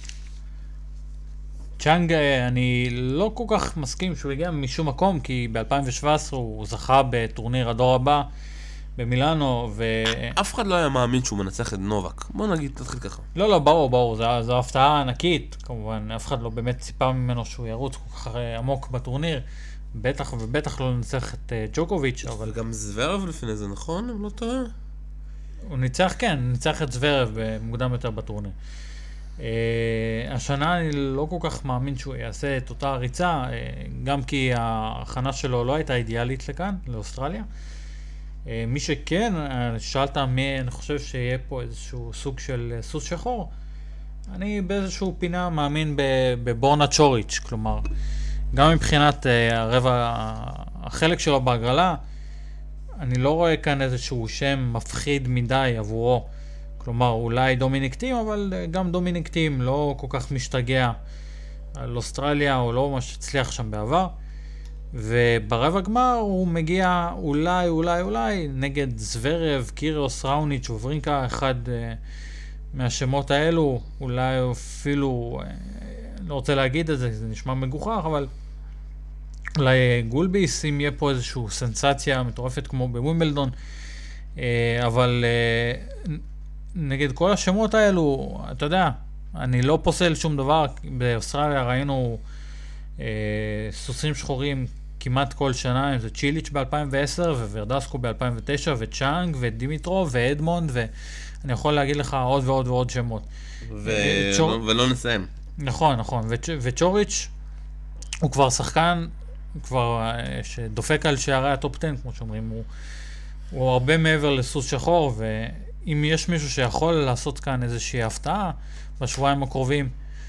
צ'אנג, אני לא כל כך מסכים שהוא הגיע משום מקום, כי ב-אלפיים שבע עשרה הוא זכה בטורניר הדור הבא במילאנו, ו... אף אחד לא היה מאמין שהוא מנצח את נובק. בוא נגיד, תתחיל ככה. לא, לא, ברור, ברור. זו, זו הפתעה ענקית, כמובן. אף אחד לא באמת ציפה ממנו שהוא ירוץ כל כך עמוק בטורניר. בטח ובטח לא נצח את uh, ג'וקוביץ', אבל... וגם זוורב לפני זה, נכון? אם לא טועה? הוא ניצח, כן, ניצח את זוורב במוקדם יותר בטורניר. Uh, השנה אני לא כל כך מאמין שהוא יעשה את אותה הריצה, uh, גם כי ההכנה שלו לא הייתה אידיאלית לכאן, לאוסטרליה. Uh, מי שכן, uh, שאלת מי, אני חושב שיהיה פה איזשהו סוג של uh, סוס שחור. אני באיזשהו פינה מאמין בבורנה צ'וריץ', כלומר, גם מבחינת uh, הרבע, החלק שלו בהגרלה, אני לא רואה כאן איזשהו שם מפחיד מדי עבורו. כלומר, אולי דומיניק טים, אבל גם דומיניק טים לא כל כך משתגע על אוסטרליה, או לא ממש הצליח שם בעבר. וברבע גמר הוא מגיע אולי, אולי, אולי, נגד זוורב, קירוס, ראוניץ' וברינקה, אחד uh, מהשמות האלו, אולי אפילו, uh, לא רוצה להגיד את זה, זה נשמע מגוחך, אבל אולי גולביס, אם יהיה פה איזושהי סנסציה מטורפת כמו בווימבלדון, uh, אבל... Uh, נגד כל השמות האלו, אתה יודע, אני לא פוסל שום דבר. באוסטרליה ראינו אה, סוסים שחורים כמעט כל שנה, אם זה צ'יליץ' ב-אלפיים ועשר וורדסקו ב-אלפיים ותשע וצ'אנג ודימיטרוב ואדמונד, ואני יכול להגיד לך עוד ועוד ועוד שמות. ו... צ'ור... ולא נסיים. נכון, נכון. וצ'... וצ'וריץ' הוא כבר שחקן, כבר שדופק על שערי הטופ עשר, כמו שאומרים, הוא, הוא הרבה מעבר לסוס שחור, ו... אם יש מישהו שיכול לעשות כאן איזושהי הפתעה בשבועיים הקרובים,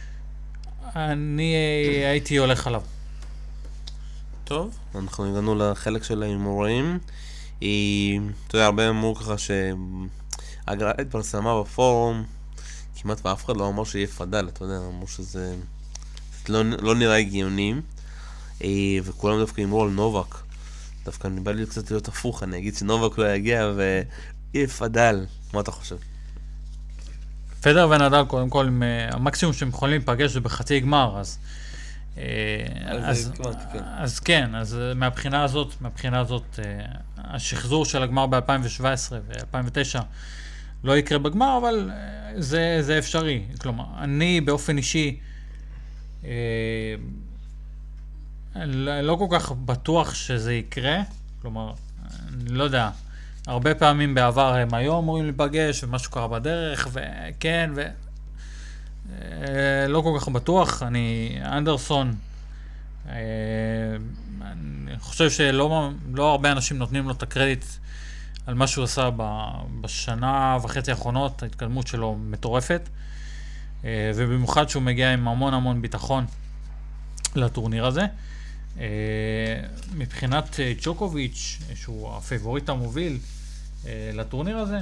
אני הייתי הולך עליו. טוב, אנחנו הגענו לחלק של ההימורים. אתה יודע, הרבה אמרו ככה שהגרלה התפרסמה בפורום, כמעט ואף אחד לא אמר שיהיה פדל, אתה יודע, אמרו שזה לא, לא נראה הגיוני, וכולם דווקא אמרו על נובק. דווקא אני בא לי קצת להיות הפוך, אני אגיד שנובק לא יגיע ו... יהיה פדל. מה אתה חושב? פדר ונדל, קודם כל, המקסימום שהם יכולים להיפגש זה בחצי גמר, אז... אז, אז כן, אז מהבחינה הזאת, מהבחינה הזאת, השחזור של הגמר ב-אלפיים שבע עשרה ו-אלפיים ותשע לא יקרה בגמר, אבל זה, זה אפשרי. כלומר, אני באופן אישי לא כל כך בטוח שזה יקרה, כלומר, אני לא יודע, הרבה פעמים בעבר הם היו אמורים להיפגש ומשהו קרה בדרך, וכן, ו... לא כל כך בטוח. אני, אנדרסון, אני חושב שלא לא הרבה אנשים נותנים לו את הקרדיט על מה שהוא עשה בשנה וחצי האחרונות, ההתקדמות שלו מטורפת, ובמיוחד שהוא מגיע עם המון המון ביטחון לטורניר הזה. מבחינת ג'וקוביץ', שהוא הפייבוריט המוביל לטורניר הזה,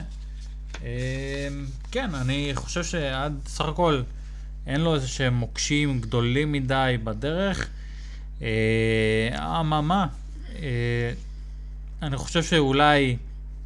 כן, אני חושב שעד סך הכל אין לו איזה שהם מוקשים גדולים מדי בדרך. אממה, אני חושב שאולי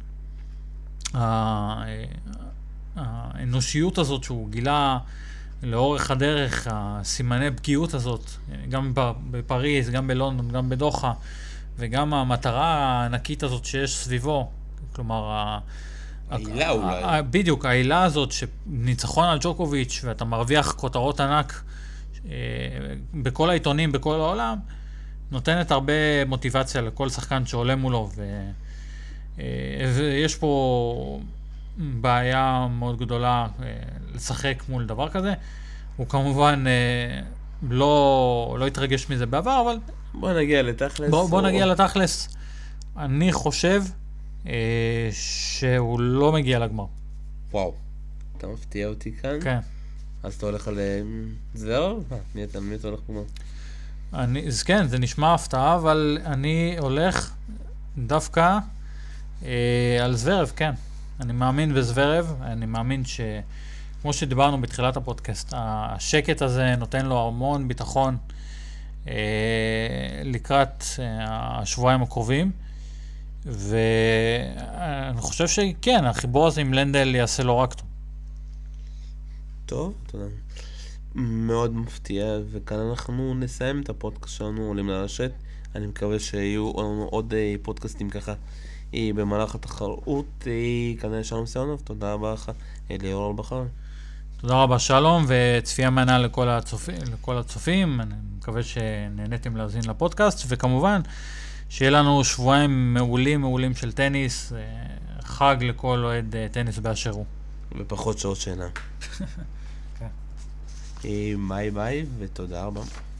האנושיות הזאת שהוא גילה לאורך הדרך, הסימני פגיעות הזאת, גם בפריז, גם בלונדון, גם בדוחה, וגם המטרה הענקית הזאת שיש סביבו, כלומר, העילה אולי. בדיוק, העילה הזאת שניצחון על ג'וקוביץ' ואתה מרוויח כותרות ענק בכל העיתונים, בכל העולם, נותנת הרבה מוטיבציה לכל שחקן שעולה מולו, ויש פה בעיה מאוד גדולה לשחק מול דבר כזה. הוא כמובן לא, לא התרגש מזה בעבר, אבל... בוא נגיע לתכלס. בוא, בוא נגיע לתכלס. אני חושב שהוא לא מגיע לגמר. וואו, אתה מפתיע אותי כאן. כן. אז אתה הולך על זוורב? מי אתה, מי אתה הולך לגמר? אני, אז כן, זה נשמע הפתעה, אבל אני הולך דווקא אה, על זוורב, כן. אני מאמין בזוורב, אני מאמין ש... כמו שדיברנו בתחילת הפודקאסט, השקט הזה נותן לו המון ביטחון אה, לקראת אה, השבועיים הקרובים, ואני חושב שכן, החיבור הזה עם לנדל יעשה לו רק טוב. טוב, תודה. מאוד מפתיע, וכאן אנחנו נסיים את הפודקאסט שלנו, עולים לרשת. אני מקווה שיהיו עוד פודקאסטים ככה במהלך התחרות. כנראה שלום סיונוב, תודה רבה לך, ליאור אלבחר. תודה רבה שלום, וצפייה מענה לכל הצופים, לכל הצופים. אני מקווה שנהניתם להאזין לפודקאסט, וכמובן שיהיה לנו שבועיים מעולים מעולים של טניס, חג לכל אוהד טניס באשר הוא. ופחות שעות שינה. כן. ביי ביי ותודה רבה.